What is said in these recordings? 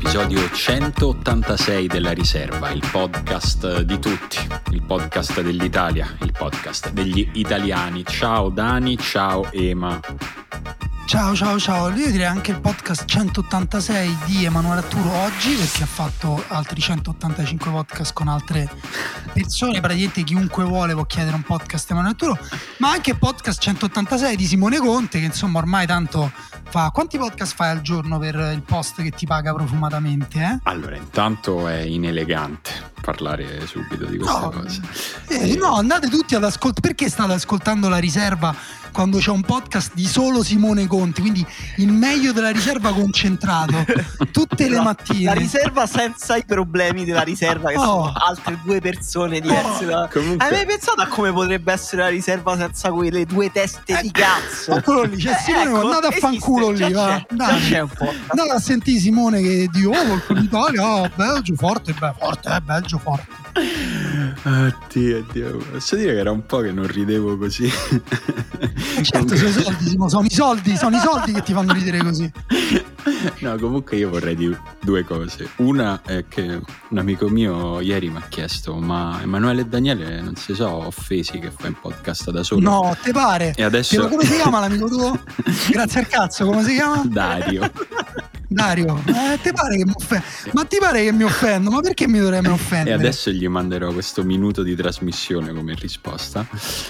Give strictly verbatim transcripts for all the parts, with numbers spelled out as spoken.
all'episodio centottantasei della Riserva, il podcast di tutti, il podcast dell'Italia, il podcast degli italiani. Ciao Dani, ciao Ema. Ciao ciao ciao, io direi anche il podcast centottantasei di Emanuele Atturo oggi, perché ha fatto altri centottantacinque podcast con altre persone, praticamente chiunque vuole può chiedere un podcast di Emanuele Atturo, ma anche il podcast centottantasei di Simone Conte, che insomma ormai tanto fa. Quanti podcast fai al giorno per il post che ti paga profumatamente? Eh? Allora, intanto è inelegante parlare subito di queste no, cose. Eh, no, andate tutti ad ascoltare. Perché state ascoltando La Riserva quando c'è un podcast di solo Simone Conti? Quindi il meglio della Riserva concentrato tutte le la, mattine. La Riserva senza i problemi della Riserva, che oh. sono altre due persone diverse. Oh. Da... Comunque... Hai mai pensato a come potrebbe essere La Riserva senza quelle due teste eh, di cazzo? Eccolo lì, c'è Simone, eh, ecco, andate a fanculo lì, va. Dai, c'è un po'. Andate a sentire Simone che dico, oh, con l'Italia, oh, Belgio forte, beh, forte, eh, Belgio forte. Oddio, oddio, posso dire che era un po' che non ridevo così. Certo, sono i soldi, sono i soldi, sono i soldi che ti fanno ridere così. No, comunque io vorrei dire due cose. Una è che un amico mio ieri mi ha chiesto: ma Emanuele e Daniele non si sono offesi che fai un podcast da solo? No, te pare? E adesso... Come si chiama l'amico tuo? Grazie al cazzo, come si chiama? Dario. Dario, eh, ti pare che mi offendo? Ma ti pare che mi offendo? Ma perché mi dovrei offendere? E adesso gli manderò questo minuto di trasmissione come risposta.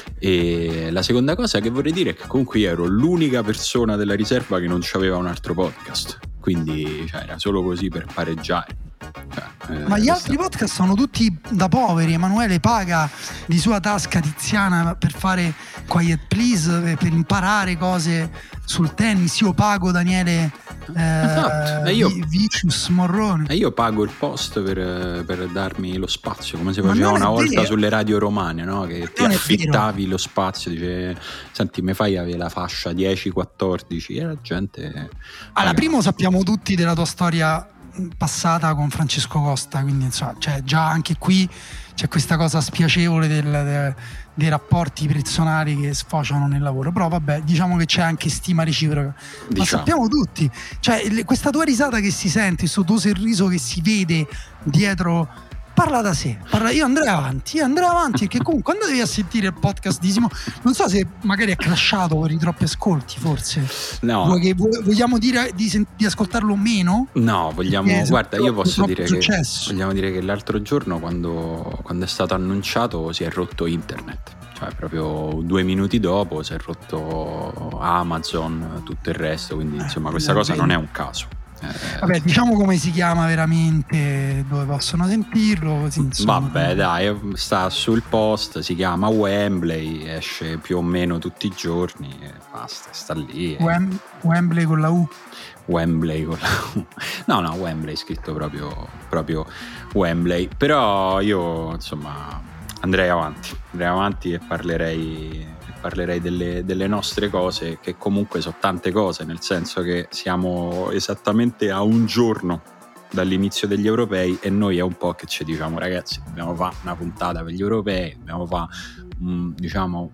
E la seconda cosa che vorrei dire è che comunque io ero l'unica persona della Riserva che non c'aveva un altro podcast, quindi cioè, era solo così per pareggiare. Cioè, eh, ma gli altri podcast sono tutti da poveri. Emanuele paga di sua tasca tiziana per fare Quiet Please, per imparare cose sul tennis. Io pago Daniele eh, esatto. io, Vicious Morrone, e io pago il post per, per darmi lo spazio, come si faceva una volta vero. Sulle radio romane, no? Che ti affittavi lo spazio, dice senti mi fai avere la fascia dieci quattordici e la gente allora primo sappiamo tutti della tua storia passata con Francesco Costa, quindi insomma cioè, già anche qui c'è questa cosa spiacevole del, del, dei rapporti personali che sfociano nel lavoro, però vabbè, diciamo che c'è anche stima reciproca, diciamo. Ma sappiamo tutti, cioè le, questa tua risata che si sente, questo tuo sorriso che si vede dietro parla da sé, parla, io andrei avanti, io andrei avanti perché comunque quando devi a sentire il podcast di Simone, non so se magari è crashato per i troppi ascolti, forse no, Vuoi che, vogliamo dire di, di ascoltarlo meno? No, vogliamo, eh, guarda io posso dire successo. che vogliamo dire che l'altro giorno quando, quando è stato annunciato si è rotto internet, cioè proprio due minuti dopo si è rotto Amazon, tutto il resto, quindi insomma questa cosa non è un caso. Eh, Vabbè, diciamo come si chiama veramente, dove possono sentirlo così, insomma. Vabbè dai, sta sul post, si chiama Wembley, esce più o meno tutti i giorni e basta, sta lì. Wem- Wembley con la U. Wembley con la U. No, no, Wembley scritto proprio, proprio Wembley. Però io insomma andrei avanti, andrei avanti e parlerei... parlerei delle, delle nostre cose, che comunque sono tante cose, nel senso che siamo esattamente a un giorno dall'inizio degli europei e noi è un po' che ci diciamo ragazzi dobbiamo fare una puntata per gli europei, dobbiamo fare um, diciamo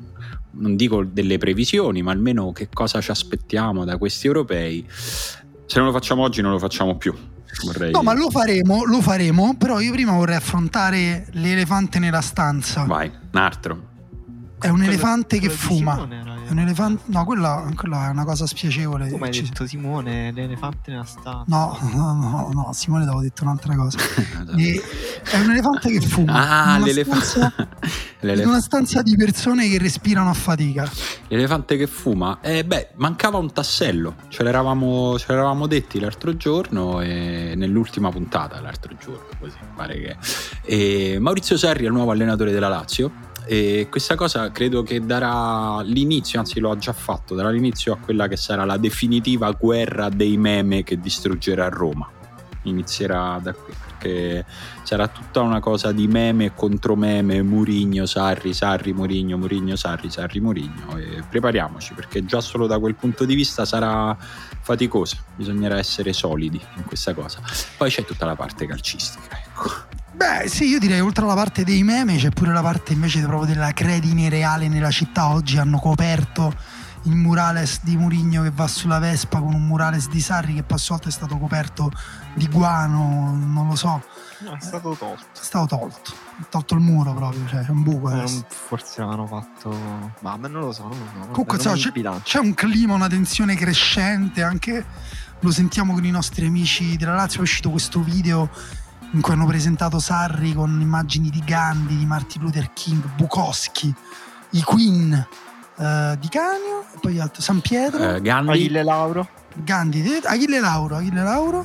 non dico delle previsioni ma almeno che cosa ci aspettiamo da questi europei. Se non lo facciamo oggi non lo facciamo più. Vorrei... No, ma lo faremo, lo faremo, però io prima vorrei affrontare l'elefante nella stanza. Vai, un altro. È un quello, elefante che fuma. Simone, è un elefante. No, quella, quella è una cosa spiacevole. Come hai Ci... detto Simone, l'elefante nella stanza. No, no, no, no, Simone t'avevo detto un'altra cosa. E è un elefante che fuma. Ah, in l'elefante. Stanza, in una stanza di persone che respirano a fatica. L'elefante che fuma. Eh beh, mancava un tassello. Ce l'eravamo, ce l'eravamo detti l'altro giorno e nell'ultima puntata l'altro giorno, così pare che. E Maurizio Sarri è il nuovo allenatore della Lazio. E questa cosa credo che darà l'inizio, anzi lo ha già fatto, darà l'inizio a quella che sarà la definitiva guerra dei meme che distruggerà Roma. Inizierà da qui, perché sarà tutta una cosa di meme contro meme, Mourinho, Sarri, Sarri, Mourinho, Mourinho, Sarri, Sarri, Mourinho, e prepariamoci perché già solo da quel punto di vista sarà faticosa, bisognerà essere solidi in questa cosa. Poi c'è tutta la parte calcistica, ecco. Beh sì, io direi oltre alla parte dei meme c'è pure la parte invece proprio della credine reale nella città. Oggi hanno coperto il murales di Mourinho che va sulla Vespa con un murales di Sarri che poi a sua volta è stato coperto di guano, non lo so. No, è stato tolto. È stato tolto. È tolto il muro proprio, cioè c'è un buco adesso. Forse l'hanno fatto. Ma non lo so, non lo so. Comunque so, c'è, c'è un clima, una tensione crescente, anche lo sentiamo con i nostri amici della Lazio. È uscito questo video in cui hanno presentato Sarri con immagini di Gandhi, di Martin Luther King, Bukowski, i Queen, eh, Di Canio, e poi altro, San Pietro, eh, Gandhi, Achille Lauro, Gandhi, Achille Lauro, Achille Lauro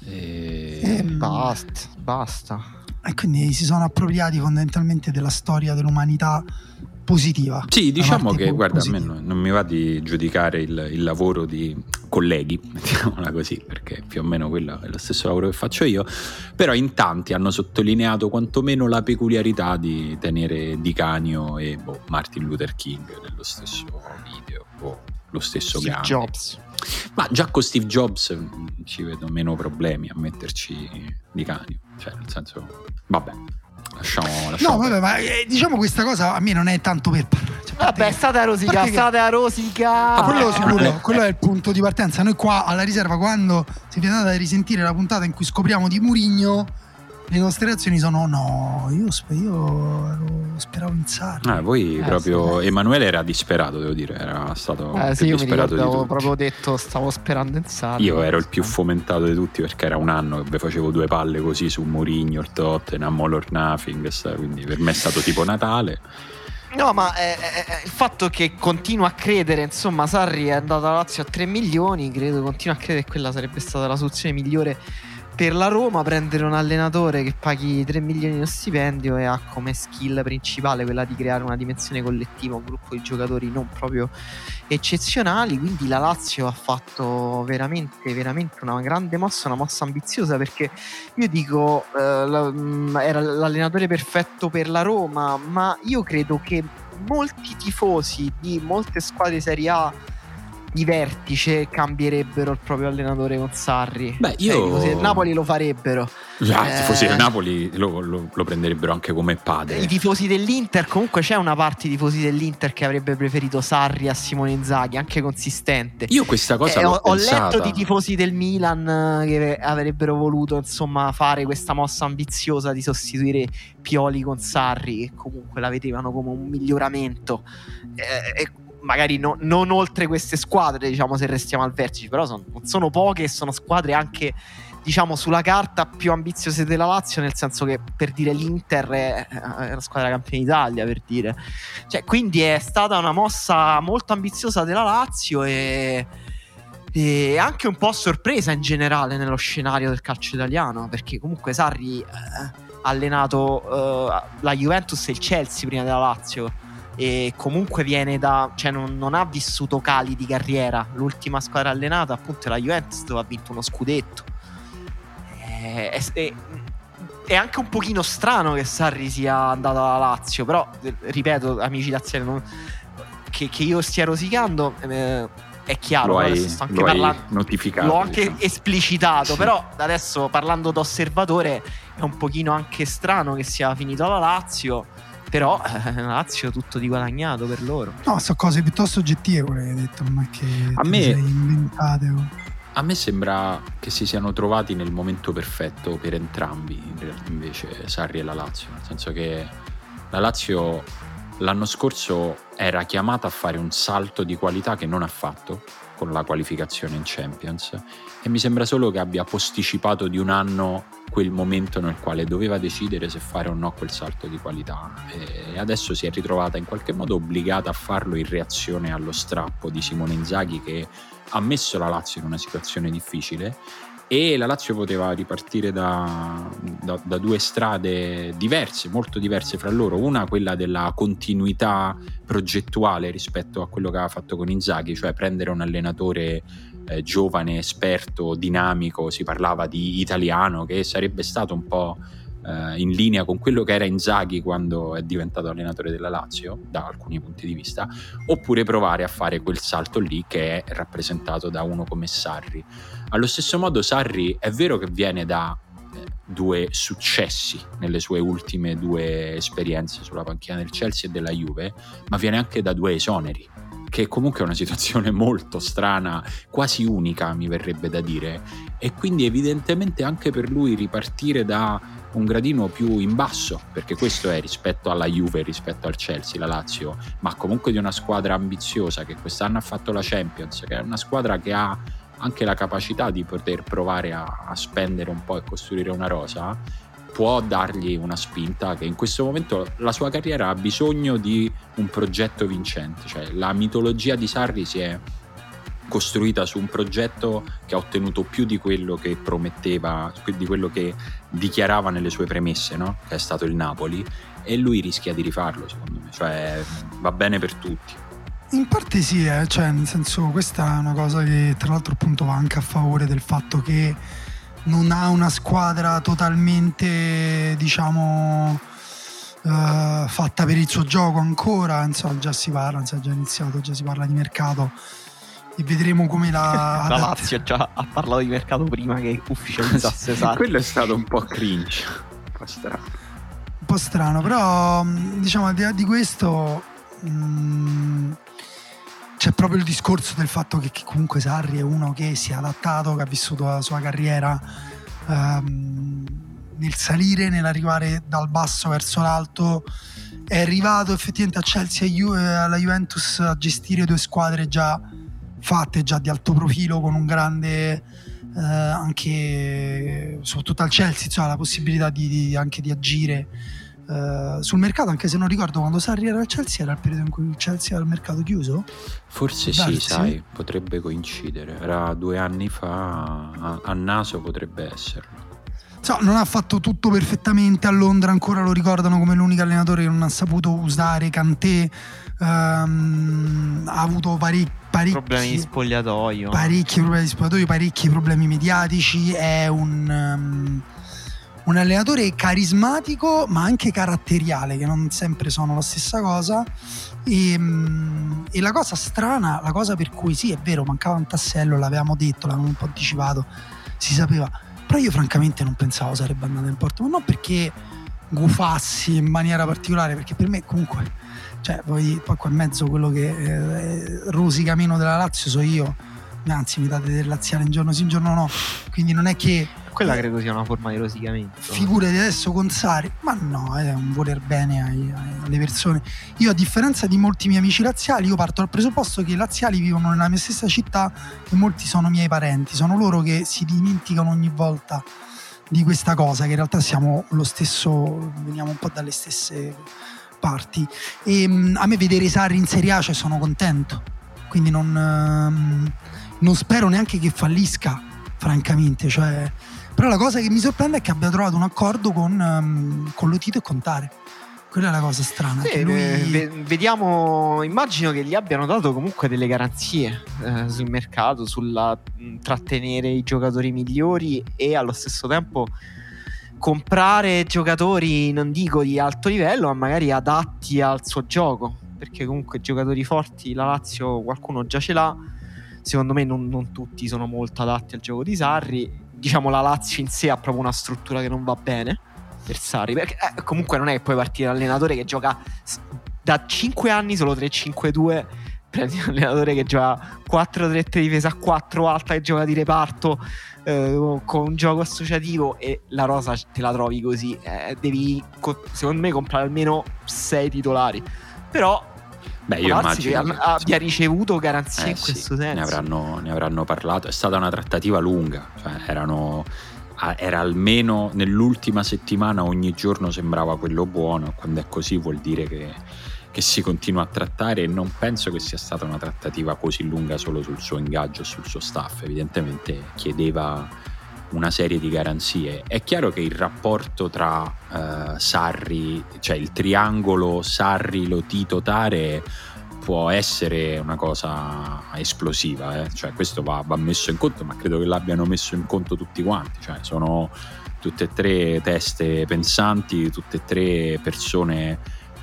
e... e basta, basta. E quindi si sono appropriati fondamentalmente della storia dell'umanità positiva. Sì, diciamo che po- guarda, positiva. a me non, non mi va di giudicare il, il lavoro di colleghi, mettiamola così, perché più o meno quello è lo stesso lavoro che faccio io, però in tanti hanno sottolineato quantomeno la peculiarità di tenere Di Canio e boh, Martin Luther King nello stesso video, o lo stesso Steve Gandhi. Jobs. Ma già con Steve Jobs ci vedo meno problemi a metterci Di Canio, cioè nel senso, vabbè. Lasciamo, lasciamo no, vabbè, ma eh, diciamo questa cosa a me non è tanto per cioè, vabbè, state a rosica, che... state a rosica. Ah, quello sicuro, eh. quello è il punto di partenza. Noi qua alla riserva, quando siete andati a risentire la puntata in cui scopriamo di Mourinho, le nostre reazioni sono no, io, sper- io ero, speravo in Sarri. Ah, voi eh, proprio sì. Emanuele era disperato, devo dire, era stato eh, più sì, io mi disperato di ricordavo tutti. proprio detto stavo sperando in Sarri. Io ero il più fomentato di tutti perché era un anno che vi facevo due palle così su Mourinho, il Tottenham, All or Nothing, quindi per me è stato tipo Natale. No, ma eh, eh, il fatto che continuo a credere, insomma, Sarri è andato alla Lazio a tre milioni, credo, continuo a credere che quella sarebbe stata la soluzione migliore per la Roma, prendere un allenatore che paghi tre milioni di stipendio e ha come skill principale quella di creare una dimensione collettiva, un gruppo di giocatori non proprio eccezionali. Quindi la Lazio ha fatto veramente veramente una grande mossa, una mossa ambiziosa, perché io dico eh, la, era l'allenatore perfetto per la Roma, ma io credo che molti tifosi di molte squadre Serie A di vertice cambierebbero il proprio allenatore con Sarri. Beh, io eh, i tifosi del Napoli lo farebbero. Ah, eh, i tifosi del Napoli lo, lo, lo prenderebbero anche come padre. I tifosi dell'Inter, comunque c'è una parte di tifosi dell'Inter che avrebbe preferito Sarri a Simone Inzaghi, anche consistente. Io questa cosa eh, l'ho ho, ho pensata. letto di tifosi del Milan che avrebbero voluto insomma fare questa mossa ambiziosa di sostituire Pioli con Sarri, che comunque la vedevano come un miglioramento. Eh, e magari no, non oltre queste squadre, diciamo, se restiamo al vertice, però son, non sono poche e sono squadre anche, diciamo, sulla carta più ambiziose della Lazio, nel senso che, per dire, l'Inter è, è la squadra campione d'Italia, per dire, cioè, quindi è stata una mossa molto ambiziosa della Lazio e, e anche un po' sorpresa in generale nello scenario del calcio italiano, perché comunque Sarri eh, ha allenato eh, la Juventus e il Chelsea prima della Lazio, e comunque viene da, cioè non, non ha vissuto cali di carriera. L'ultima squadra allenata appunto è la Juventus, dove ha vinto uno scudetto. È, è, è anche un pochino strano che Sarri sia andato alla Lazio, però ripeto, amici laziali, non, che, che io stia rosicando eh, è chiaro. Lo hai, adesso sto anche lo hai parlando, notificato, l'ho anche diciamo. esplicitato, sì. Però adesso, parlando da osservatore, è un pochino anche strano che sia finito alla Lazio. Però eh, Lazio tutto di guadagnato per loro. No, sono cose piuttosto oggettive quelle che hai detto, non è che A te me- le sei inventate. o- A me sembra che si siano trovati nel momento perfetto per entrambi, invece Sarri e la Lazio, nel senso che la Lazio l'anno scorso era chiamata a fare un salto di qualità che non ha fatto con la qualificazione in Champions, e mi sembra solo che abbia posticipato di un anno quel momento nel quale doveva decidere se fare o no quel salto di qualità, e adesso si è ritrovata in qualche modo obbligata a farlo in reazione allo strappo di Simone Inzaghi, che ha messo la Lazio in una situazione difficile, e la Lazio poteva ripartire da, da, da due strade diverse, molto diverse fra loro. Una, quella della continuità progettuale rispetto a quello che aveva fatto con Inzaghi, cioè prendere un allenatore eh, giovane, esperto, dinamico. Si parlava di italiano, che sarebbe stato un po' eh, in linea con quello che era Inzaghi quando è diventato allenatore della Lazio, da alcuni punti di vista, oppure provare a fare quel salto lì che è rappresentato da uno come Sarri. Allo stesso modo Sarri è vero che viene da eh, due successi nelle sue ultime due esperienze sulla panchina del Chelsea e della Juve, ma viene anche da due esoneri che comunque è una situazione molto strana, quasi unica mi verrebbe da dire, e quindi evidentemente anche per lui ripartire da un gradino più in basso, perché questo è rispetto alla Juve, rispetto al Chelsea, la Lazio, ma comunque di una squadra ambiziosa che quest'anno ha fatto la Champions, che è una squadra che ha anche la capacità di poter provare a, a spendere un po' e costruire una rosa, può dargli una spinta che in questo momento la sua carriera ha bisogno di un progetto vincente. Cioè la mitologia di Sarri si è costruita su un progetto che ha ottenuto più di quello che prometteva, di quello che dichiarava nelle sue premesse, no? Che è stato il Napoli, e lui rischia di rifarlo, secondo me, cioè va bene per tutti. In parte sì, eh. Cioè nel senso, questa è una cosa che tra l'altro appunto va anche a favore del fatto che non ha una squadra totalmente, diciamo, uh, fatta per il suo gioco ancora. Insomma, già si parla, insomma, già iniziato, già si parla di mercato e vedremo come la... la Lazio già ha parlato di mercato prima che ufficializzasse Sarri. Quello è stato un po' cringe, un po' strano. Un po' strano, però diciamo al di là di questo mh, c'è proprio il discorso del fatto che, che comunque Sarri è uno che si è adattato, che ha vissuto la sua carriera ehm, nel salire, nell'arrivare dal basso verso l'alto. È arrivato effettivamente a Chelsea e Ju- alla Juventus a gestire due squadre già fatte, già di alto profilo, con un grande eh, anche soprattutto al Chelsea, insomma, la possibilità di, di anche di agire Uh, sul mercato, anche se non ricordo quando Sarri era al Chelsea, era il periodo in cui il Chelsea era al mercato chiuso? Forse sì, sai, potrebbe coincidere, era due anni fa, a, a naso potrebbe esserlo. So, non ha fatto tutto perfettamente a Londra, ancora lo ricordano come l'unico allenatore che non ha saputo usare Kanté, um, ha avuto parecchi parecchi problemi di spogliatoio parecchi problemi di spogliatoio, parecchi problemi mediatici, è un... Um, un allenatore carismatico ma anche caratteriale, che non sempre sono la stessa cosa, e, e la cosa strana, la cosa per cui sì, è vero, mancava un tassello, l'avevamo detto, l'avevamo un po' anticipato, si sapeva, però io francamente non pensavo sarebbe andato in porto, ma non perché gufassi in maniera particolare, perché per me comunque, cioè poi, poi qua in mezzo quello che eh, rosica meno della Lazio so io, anzi mi date del laziale in giorno sì in giorno no, quindi non è che quella credo sia una forma di rosicamento. Figurati adesso con Sarri, ma no, è un voler bene ai, ai, alle persone. Io, a differenza di molti miei amici laziali, io parto dal presupposto che i laziali vivono nella mia stessa città e molti sono miei parenti, sono loro che si dimenticano ogni volta di questa cosa, che in realtà siamo lo stesso, veniamo un po' dalle stesse parti, e mh, a me vedere Sarri in Serie A, cioè sono contento, quindi non, um, non spero neanche che fallisca, francamente, cioè. Però la cosa che mi sorprende è che abbia trovato un accordo con, um, con Lotito e con Tare. Quella è la cosa strana. Sì, lui... v- vediamo, immagino che gli abbiano dato comunque delle garanzie eh, sul mercato, sulla mh, trattenere i giocatori migliori e allo stesso tempo comprare giocatori, non dico di alto livello, ma magari adatti al suo gioco, perché comunque giocatori forti la Lazio qualcuno già ce l'ha. Secondo me non, non tutti sono molto adatti al gioco di Sarri. Diciamo la Lazio in sé ha proprio una struttura che non va bene per Sarri, perché eh, comunque non è che puoi partire l'allenatore che gioca da cinque anni solo tre cinque due, prendi un allenatore che gioca quattro tre tre difesa a quattro alta, che gioca di reparto eh, con un gioco associativo, e la rosa te la trovi così, eh, devi secondo me comprare almeno sei titolari, però beh, io immagino che abbia ricevuto garanzie eh, in questo sì, senso. Ne avranno, ne avranno parlato. È stata una trattativa lunga, cioè erano, era almeno nell'ultima settimana ogni giorno sembrava quello buono. Quando è così vuol dire che, che si continua a trattare, e non penso che sia stata una trattativa così lunga solo sul suo ingaggio, sul suo staff. Evidentemente chiedeva una serie di garanzie. È chiaro che il rapporto tra uh, Sarri, cioè il triangolo Sarri, Lotito, Tare, può essere una cosa esplosiva, eh? Cioè questo va, va messo in conto, ma credo che l'abbiano messo in conto tutti quanti, cioè sono tutte e tre teste pensanti, tutte e tre persone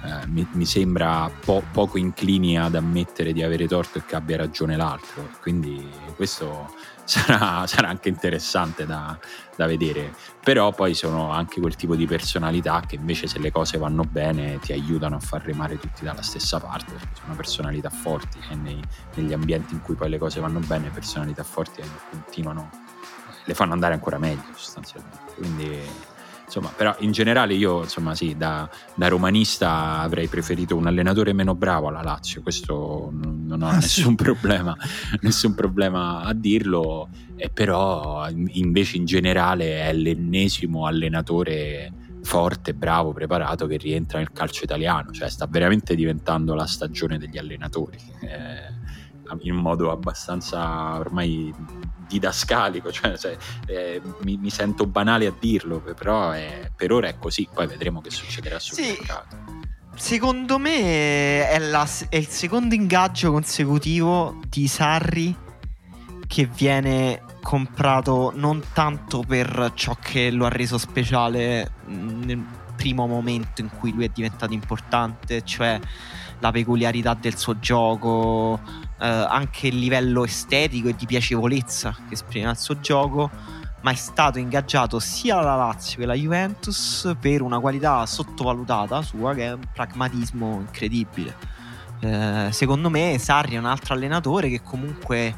eh, mi, mi sembra po- poco inclini ad ammettere di avere torto e che abbia ragione l'altro, quindi questo sarà, sarà anche interessante da, da vedere. Però poi sono anche quel tipo di personalità che invece, se le cose vanno bene, ti aiutano a far remare tutti dalla stessa parte, perché sono personalità forti e nei, negli ambienti in cui poi le cose vanno bene, personalità forti continuano, le fanno andare ancora meglio sostanzialmente. Quindi insomma, però in generale io, insomma, sì, da, da romanista avrei preferito un allenatore meno bravo alla Lazio, questo non, non ho Ah, nessun sì. problema nessun problema a dirlo, e però invece in generale è l'ennesimo allenatore forte, bravo, preparato che rientra nel calcio italiano, cioè sta veramente diventando la stagione degli allenatori, eh, in modo abbastanza ormai didascalico, cioè, cioè eh, mi, mi sento banale a dirlo, però è, per ora è così, poi vedremo che succederà sul Sì. mercato. Secondo me è, la, è il secondo ingaggio consecutivo di Sarri che viene comprato non tanto per ciò che lo ha reso speciale nel primo momento in cui lui è diventato importante, cioè la peculiarità del suo gioco, eh, anche il livello estetico e di piacevolezza che esprime il suo gioco, ma è stato ingaggiato sia la Lazio che la Juventus per una qualità sottovalutata sua, che è un pragmatismo incredibile. Eh, secondo me Sarri è un altro allenatore che comunque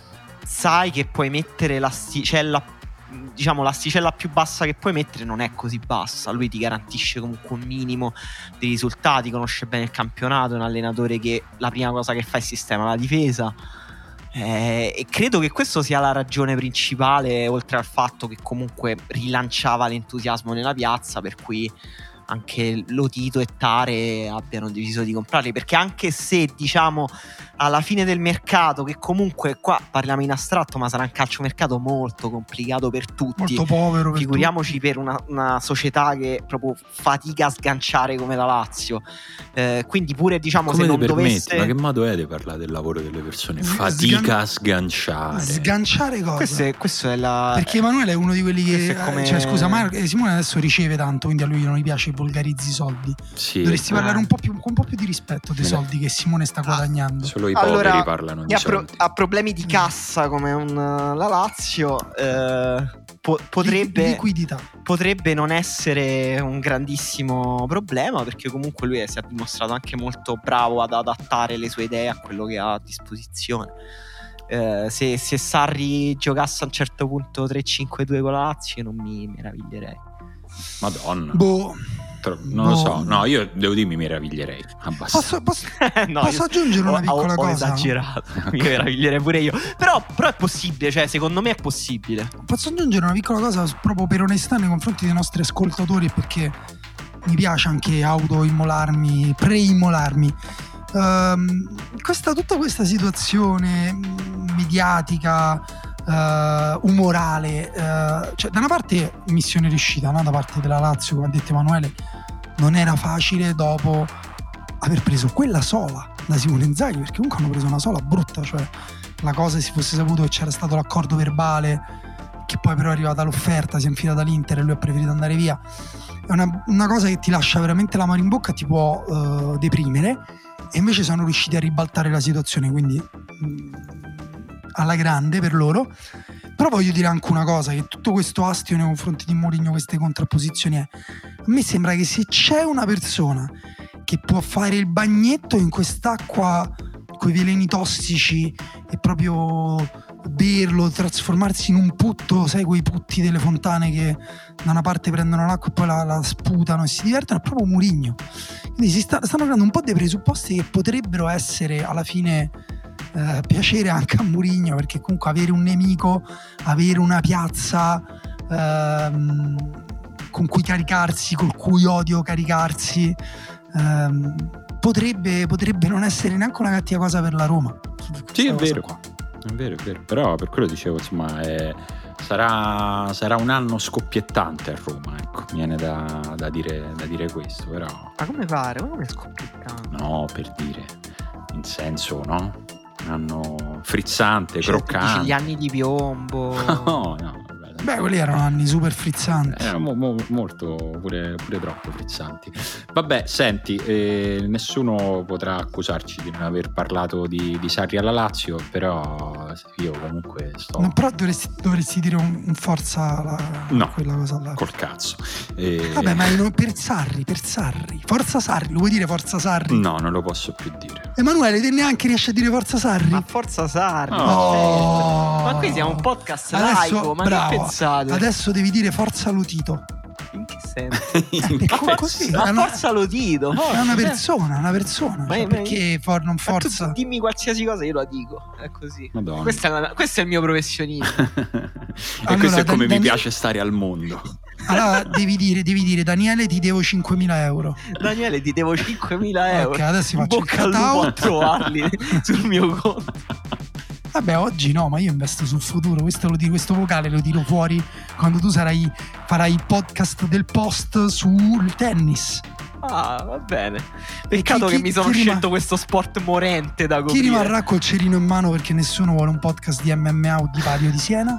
sai che puoi mettere l'asticella, diciamo l'asticella più bassa che puoi mettere non è così bassa, lui ti garantisce comunque un minimo di risultati, conosce bene il campionato, è un allenatore che la prima cosa che fa è sistema la difesa, eh, e credo che questo sia la ragione principale, oltre al fatto che comunque rilanciava l'entusiasmo nella piazza, per cui anche Lotito e Tare abbiano deciso di comprarli, perché anche se diciamo alla fine del mercato, che comunque qua parliamo in astratto ma sarà un calciomercato molto complicato per tutti, molto povero per figuriamoci tutti. per una, una società che proprio fatica a sganciare come la Lazio, eh, quindi pure diciamo Come se non ti permetti? dovesse, Ma che modo è di parlare del lavoro delle persone? Sgan- Fatica a sganciare. Sganciare cosa? questo è, questo è la Perché Emanuele è uno di quelli che, questo è come- eh, cioè scusa, Mar- eh, Simone adesso riceve tanto, quindi a lui non gli piace volgarizzi i soldi. Sì, Dovresti Ah. parlare un po' più, con un po' più di rispetto dei Me ne- soldi che Simone sta guadagnando. solo i Allora, poveri parlano di ha, pro- soldi. ha problemi di cassa come un, la Lazio, eh, po- potrebbe, Liquidità. potrebbe non essere un grandissimo problema, perché comunque lui è- si è dimostrato anche molto bravo ad adattare le sue idee a quello che ha a disposizione. Eh, se, se Sarri giocasse a un certo punto tre cinque due con la Lazio, non mi meraviglierei. Madonna. Boh. Tro- non lo boh. so, no, io devo dire mi meraviglierei abbastanza. Posso, posso, No, posso io- aggiungere una ho- piccola ho, ho cosa? esagerato, mi meraviglierei pure io. Però, però è possibile, cioè secondo me è possibile. Posso aggiungere una piccola cosa proprio per onestà nei confronti dei nostri ascoltatori, perché mi piace anche auto-immolarmi, pre-immolarmi. Ehm, questa, tutta questa situazione mh, mediatica, eh, umorale, eh, cioè da una parte missione riuscita, no? Da parte della Lazio, come ha detto Emanuele, non era facile dopo aver preso quella sola da Simone Inzaghi, perché comunque hanno preso una sola brutta, cioè la cosa, si fosse saputo che c'era stato l'accordo verbale, che poi però è arrivata l'offerta, si è infilata all'Inter e lui ha preferito andare via, è una, una cosa che ti lascia veramente l'amaro in bocca, ti può uh, deprimere, e invece sono riusciti a ribaltare la situazione, quindi mh, alla grande per loro. Però voglio dire anche una cosa, che tutto questo astio nei confronti di Mourinho, queste contrapposizioni, è, a me sembra che se c'è una persona che può fare il bagnetto in quest'acqua coi veleni tossici e proprio berlo, trasformarsi in un putto, sai, quei putti delle fontane che da una parte prendono l'acqua e poi la, la sputano e si divertono, è proprio Mourinho. Quindi si sta, stanno creando un po' dei presupposti che potrebbero essere alla fine eh, piacere anche a Mourinho, perché comunque avere un nemico, avere una piazza ehm, con cui caricarsi, col cui odio caricarsi, ehm, potrebbe, potrebbe non essere neanche una cattiva cosa per la Roma. Sì, è Questa cosa vero. qua. È vero, è vero, però per quello dicevo, insomma, è, sarà, sarà un anno scoppiettante a Roma, ecco, viene da, da, dire, da dire questo, però Ma come pare? Ma come scoppiettante? no, per dire, in senso, no? Un anno frizzante, Cioè, tu dici croccante. gli anni di piombo. No, no, vabbè, Beh, quelli erano anni super frizzanti. Erano mo, mo, molto, pure, pure troppo frizzanti. Vabbè, senti, eh, nessuno potrà accusarci di non aver parlato di, di Sarri alla Lazio, però io comunque sto... No, però dovresti, dovresti dire un, un forza alla, no, quella cosa là. Col cazzo. Eh... Vabbè, ma non, per Sarri, per Sarri. Forza Sarri, lo vuoi dire forza Sarri? No, non lo posso più dire. Emanuele, te neanche riesci a dire forza Sarri? Ma forza Sarri. Oh. Ma qui siamo un podcast Adesso, laico, ma bravo, che pensate? Adesso devi dire forza Lotito. In che senso? Eh, co- così, Ma è una, forza Lotito. è una persona, una persona. Ma- Cioè, ma- perché for, non Ma tu forza? dimmi qualsiasi cosa, io la dico. È così. Madonna. Questo è, una- questo è il mio professionismo. E Allora, questo è come Dan- mi Dan- piace stare al mondo. Allora devi dire, devi dire Daniele, ti devo cinquemila euro. Daniele, ti devo cinquemila euro. Ok, adesso faccio il Bocca al lupo catao. a trovarli sul mio conto. Vabbè, oggi no, ma io investo sul futuro. Questo lo dico, questo vocale lo tiro fuori quando tu sarai, farai il podcast del post sul tennis. Ah, va bene. Peccato chi- che chi- mi sono chi scelto rima- questo sport morente da Chi coprire. rimarrà col cerino in mano perché nessuno vuole un podcast di M M A o di Palio di Siena?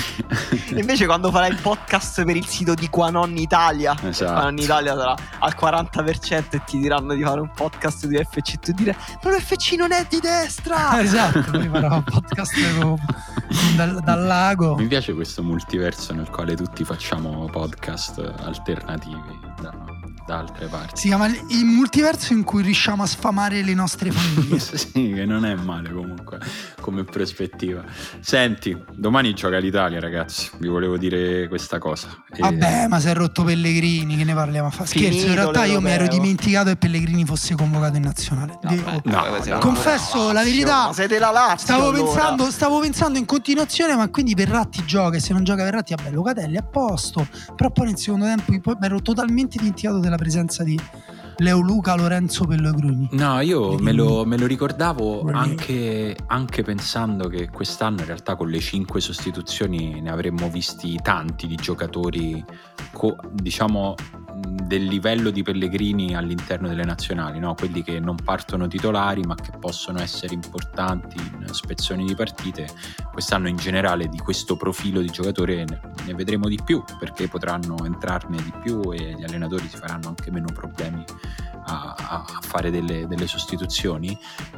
Io. Invece quando farai il podcast per il sito di Quanon Italia, Esatto. Quanon Italia sarà al quaranta per cento e ti diranno di fare un podcast di U F C e tu dire ma l'U F C non è di destra. Esatto, poi farò un podcast con- con dal, dal lago. Mi piace questo multiverso nel quale tutti facciamo podcast alternativi da, da altre parti. Si chiama il multiverso in cui riusciamo a sfamare le nostre famiglie. Sì, che non è male comunque come prospettiva. Senti, domani gioca l'Italia, ragazzi. Vi volevo dire questa cosa. E- Vabbè, ma si è rotto Pellegrini, che ne parliamo a fare? Scherzo, in Finito realtà io mi ero l'europeo. dimenticato che Pellegrini fosse convocato in nazionale. Devo- no, no, Confesso la verità, Ma siete la Lazio, Stavo allora. pensando, stavo pensando in continuazione, ma quindi Verratti gioca e se non gioca Verratti, vabbè, Locatelli a posto. Però poi nel secondo tempo poi mi ero totalmente dimenticato della presenza di Leo Luca Lorenzo Pellegrini. No, io Quindi- me lo, me lo ricordavo Really? anche, anche pensando che quest'anno in realtà con le cinque sostituzioni ne avremmo visti tanti di giocatori, co- diciamo, mh, del livello di Pellegrini all'interno delle nazionali, no? Quelli che non partono titolari ma che possono essere importanti in spezzoni di partite. Quest'anno in generale di questo profilo di giocatore ne, ne vedremo di più, perché potranno entrarne di più e gli allenatori si faranno anche meno problemi a, a fare delle, delle sostituzioni.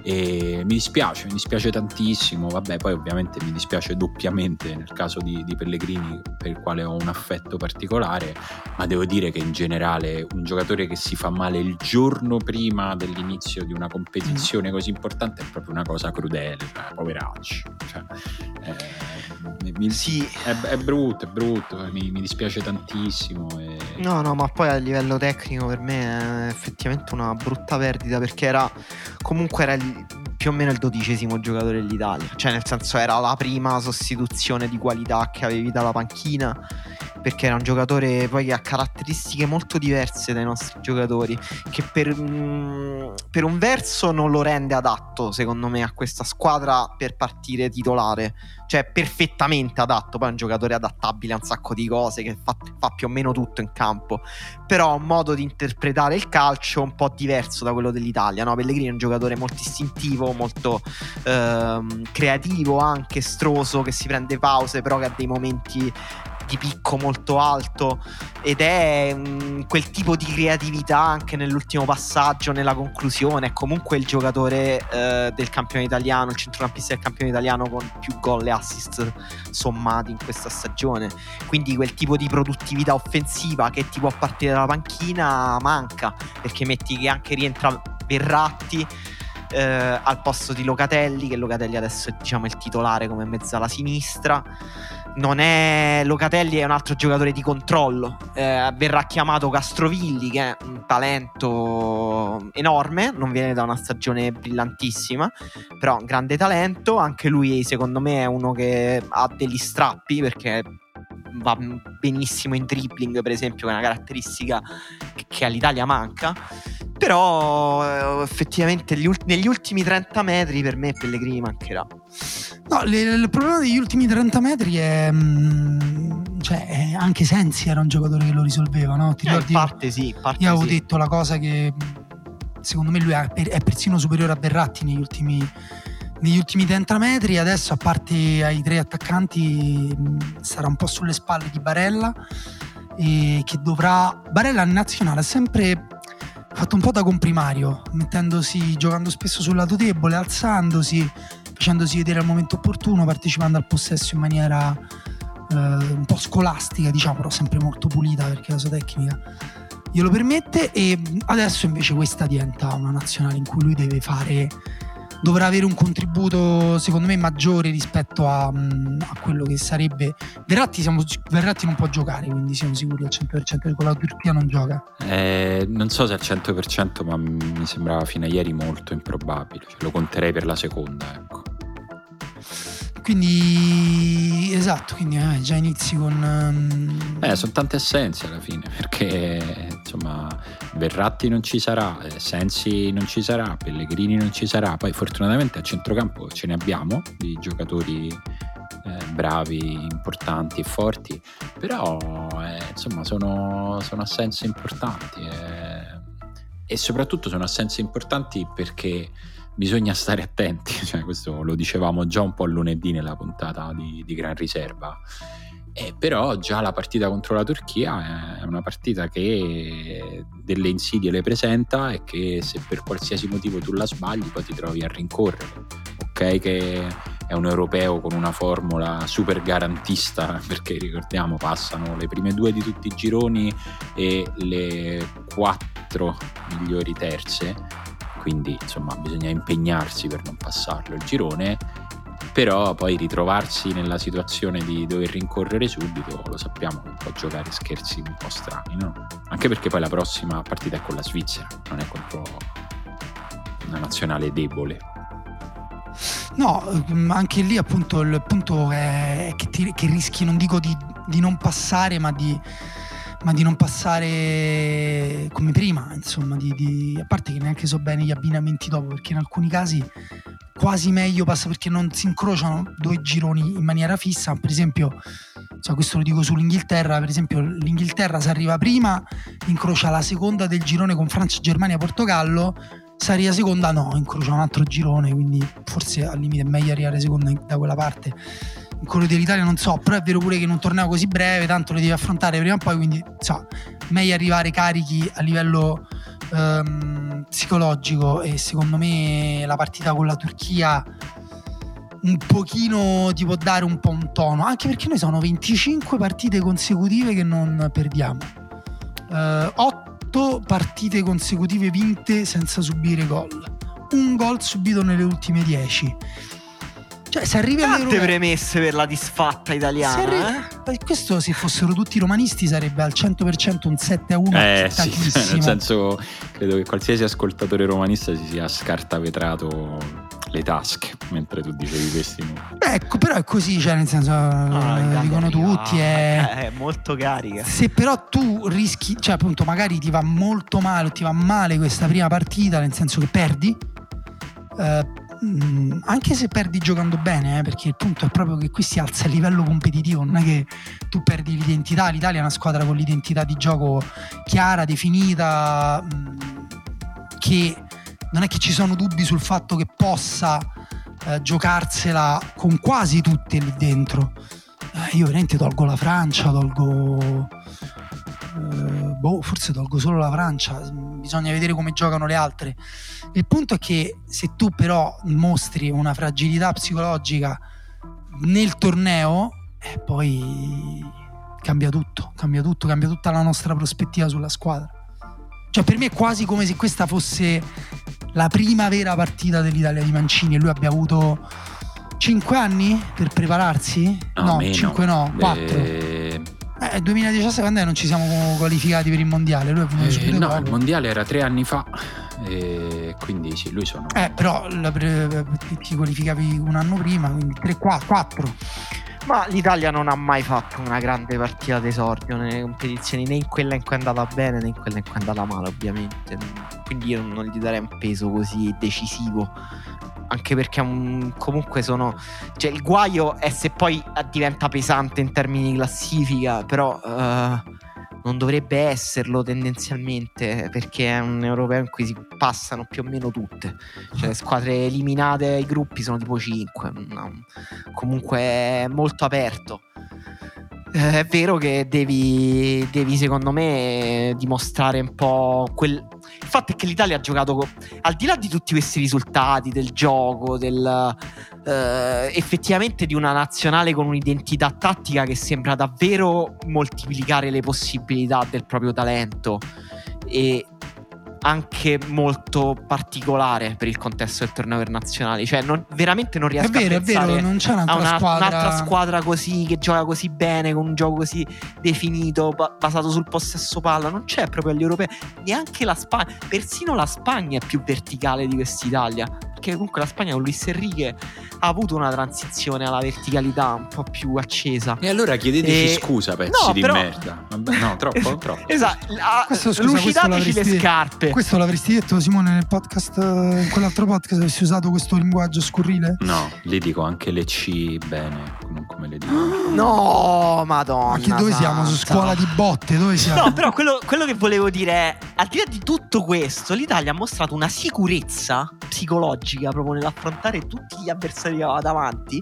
E mi dispiace, mi dispiace tantissimo. Vabbè, poi ovviamente mi dispiace doppiamente nel caso di, di Pellegrini, per il quale ho un affetto particolare, ma devo dire che in generale un giocatore che si fa male il giorno prima dell'inizio di una competizione così importante è proprio una cosa crudele, cioè, poveracci, cioè, eh, mi- Sì. è, è brutto, è brutto, mi, mi dispiace tantissimo e... No, no, ma poi a livello tecnico per me è effettivamente una brutta perdita, perché era comunque era il- più o meno il dodicesimo giocatore dell'Italia, cioè nel senso era la prima sostituzione di qualità che avevi dalla panchina, perché era un giocatore poi che ha caratteristiche molto diverse dai nostri giocatori, che per, mm, per un verso non lo rende adatto secondo me a questa squadra per partire titolare, cioè perfettamente adatto, poi è un giocatore adattabile a un sacco di cose, che fa, fa più o meno tutto in campo, però ha un modo di interpretare il calcio un po' diverso da quello dell'Italia, no? Pellegrini è un giocatore molto istintivo, molto ehm, creativo, anche estroso, che si prende pause però che ha dei momenti di picco molto alto, ed è mh, quel tipo di creatività anche nell'ultimo passaggio, nella conclusione. È comunque il giocatore eh, del campione italiano, il centrocampista del campione italiano con più gol e assist sommati in questa stagione, quindi quel tipo di produttività offensiva che ti può partire dalla panchina manca, perché metti che anche rientra Verratti eh, al posto di Locatelli, che Locatelli adesso è, diciamo, il titolare come mezzala sinistra. Non è Locatelli, è un altro giocatore di controllo, eh, verrà chiamato Castrovilli, che è un talento enorme, non viene da una stagione brillantissima, però un grande talento. Anche lui secondo me è uno che ha degli strappi, perché va benissimo in dribbling, per esempio, che è una caratteristica che all'Italia manca. Però eh, effettivamente gli ult- negli ultimi trenta metri per me Pellegrini mancherà. No, le- il problema degli ultimi trenta metri è, mh, cioè, è anche Sensi era un giocatore che lo risolveva, no? Ti Eh, in ricordi? parte sì, in parte Io avevo sì. detto la cosa che mh, secondo me lui è, è persino superiore a Verratti negli ultimi, negli ultimi trenta metri. Adesso, a parte ai tre attaccanti, sarà un po' sulle spalle di Barella, e che dovrà Barella in nazionale ha sempre fatto un po' da comprimario, mettendosi, giocando spesso sul lato debole, alzandosi, facendosi vedere al momento opportuno, partecipando al possesso in maniera eh, un po' scolastica, diciamo, però sempre molto pulita, perché la sua tecnica glielo permette. E adesso invece questa diventa una nazionale in cui lui deve fare dovrà avere un contributo secondo me maggiore rispetto a, a quello che sarebbe Verratti. Siamo, Verratti non può giocare, quindi siamo sicuri al cento per cento che con la Turchia non gioca. Eh, non so se al cento per cento, ma mi sembrava fino a ieri molto improbabile, cioè, lo conterei per la seconda, ecco. Quindi esatto, quindi eh, già inizi con um... eh, sono tante assenze alla fine, perché insomma Verratti non ci sarà, eh, Sensi non ci sarà, Pellegrini non ci sarà, poi fortunatamente a centrocampo ce ne abbiamo di giocatori eh, bravi, importanti e forti, però eh, insomma sono, sono assenze importanti eh, e soprattutto sono assenze importanti perché bisogna stare attenti, cioè, questo lo dicevamo già un po' lunedì nella puntata di, di Gran Riserva, eh, però già la partita contro la Turchia è una partita che delle insidie le presenta e che se per qualsiasi motivo tu la sbagli poi ti trovi a rincorrere. Ok che è un europeo con una formula super garantista, perché ricordiamo passano le prime due di tutti i gironi e le quattro migliori terze, quindi insomma bisogna impegnarsi per non passarlo il girone, però poi ritrovarsi nella situazione di dover rincorrere subito lo sappiamo che può giocare scherzi un po' strani, no? Anche perché poi la prossima partita è con la Svizzera, non è contro una nazionale debole. No, anche lì appunto il punto è che, ti, che rischi, non dico di, di non passare, ma di ma di non passare come prima, insomma, di, di, a parte che neanche so bene gli abbinamenti dopo, perché in alcuni casi quasi meglio passa perché non si incrociano due gironi in maniera fissa. Per esempio, cioè, questo lo dico sull'Inghilterra, per esempio l'Inghilterra se arriva prima incrocia la seconda del girone con Francia, Germania, Portogallo, se arriva seconda no, incrocia un altro girone, quindi forse al limite è meglio arrivare seconda da quella parte. In quello dell'Italia non so, però è vero pure che in un torneo così breve tanto lo devi affrontare prima o poi, quindi so, meglio arrivare carichi a livello ehm, psicologico. E secondo me la partita con la Turchia un pochino ti può dare un po' un tono, anche perché noi sono venticinque partite consecutive che non perdiamo, eh, otto partite consecutive vinte senza subire gol, un gol subito nelle ultime dieci. Cioè, se arrivi tante premesse per la disfatta italiana, se arriva, eh? Questo se fossero tutti romanisti sarebbe al cento per cento un sette a uno eh, sì, nel senso, credo che qualsiasi ascoltatore romanista si sia scartavetrato le tasche mentre tu dicevi questi numeri. Ecco, però è così, cioè nel senso ah, dicono tutti è... è molto carica. Se però tu rischi, cioè appunto magari ti va molto male o ti va male questa prima partita, nel senso che perdi, eh, anche se perdi giocando bene, eh, perché il punto è proprio che qui si alza il livello competitivo, non è che tu perdi l'identità. L'Italia è una squadra con l'identità di gioco chiara, definita, mh, che non è che ci sono dubbi sul fatto che possa eh, giocarsela con quasi tutte lì dentro. Eh, io veramente tolgo la Francia, tolgo eh, boh, forse tolgo solo la Francia, bisogna vedere come giocano le altre. Il punto è che se tu però mostri una fragilità psicologica nel torneo, eh, poi cambia tutto, cambia tutto, cambia tutta la nostra prospettiva sulla squadra. Cioè per me è quasi come se questa fosse la prima vera partita dell'Italia di Mancini e lui abbia avuto cinque anni per prepararsi? No, no cinque no, quattro. Beh... Eh, duemiladiciassette quando non ci siamo qualificati per il mondiale, lui è venuto eh, no, dopo. Il mondiale era tre anni fa, e quindi sì, lui sono... Eh, però la pre- ti qualificavi un anno prima, quindi tre, quattro. Ma l'Italia non ha mai fatto una grande partita d'esordio nelle competizioni, né in quella in cui è andata bene né in quella in cui è andata male, ovviamente. Quindi io non gli darei un peso così decisivo, anche perché um, comunque sono, cioè il guaio è se poi diventa pesante in termini di classifica, però uh, non dovrebbe esserlo tendenzialmente, perché è un europeo in cui si passano più o meno tutte, cioè le squadre eliminate ai gruppi sono tipo cinque, comunque è molto aperto. Eh, è vero che devi, devi secondo me dimostrare un po' quel... Il fatto è che l'Italia ha giocato co- al di là di tutti questi risultati del gioco, del eh, effettivamente di una nazionale con un'identità tattica che sembra davvero moltiplicare le possibilità del proprio talento, e anche molto particolare per il contesto del torneo internazionale. Cioè non, veramente non riesco è vero, a pensare è vero, non c'è un'altra, a una, squadra... un'altra squadra così, che gioca così bene, con un gioco così definito, ba- basato sul possesso palla. Non c'è proprio agli europei. Neanche la Spagna, persino la Spagna è più verticale di quest'Italia, perché comunque la Spagna con Luis Enrique ha avuto una transizione alla verticalità un po' più accesa. E allora chiedeteci E... scusa, pezzi no, di però... merda. Vabbè, no, troppo, troppo. Esatto, ah, questo, scusa, lucidateci questo le scarpe. Questo l'avresti detto, Simone, nel podcast, in quell'altro podcast, avessi usato questo linguaggio scurrile? No, lì dico anche le C bene, non come le dico. No, madonna. Ma che dove santa. siamo? Su scuola di botte? Dove siamo? No, però quello, quello che volevo dire è, al di là di tutto questo, l'Italia ha mostrato una sicurezza psicologica proprio nell'affrontare tutti gli avversari che aveva davanti,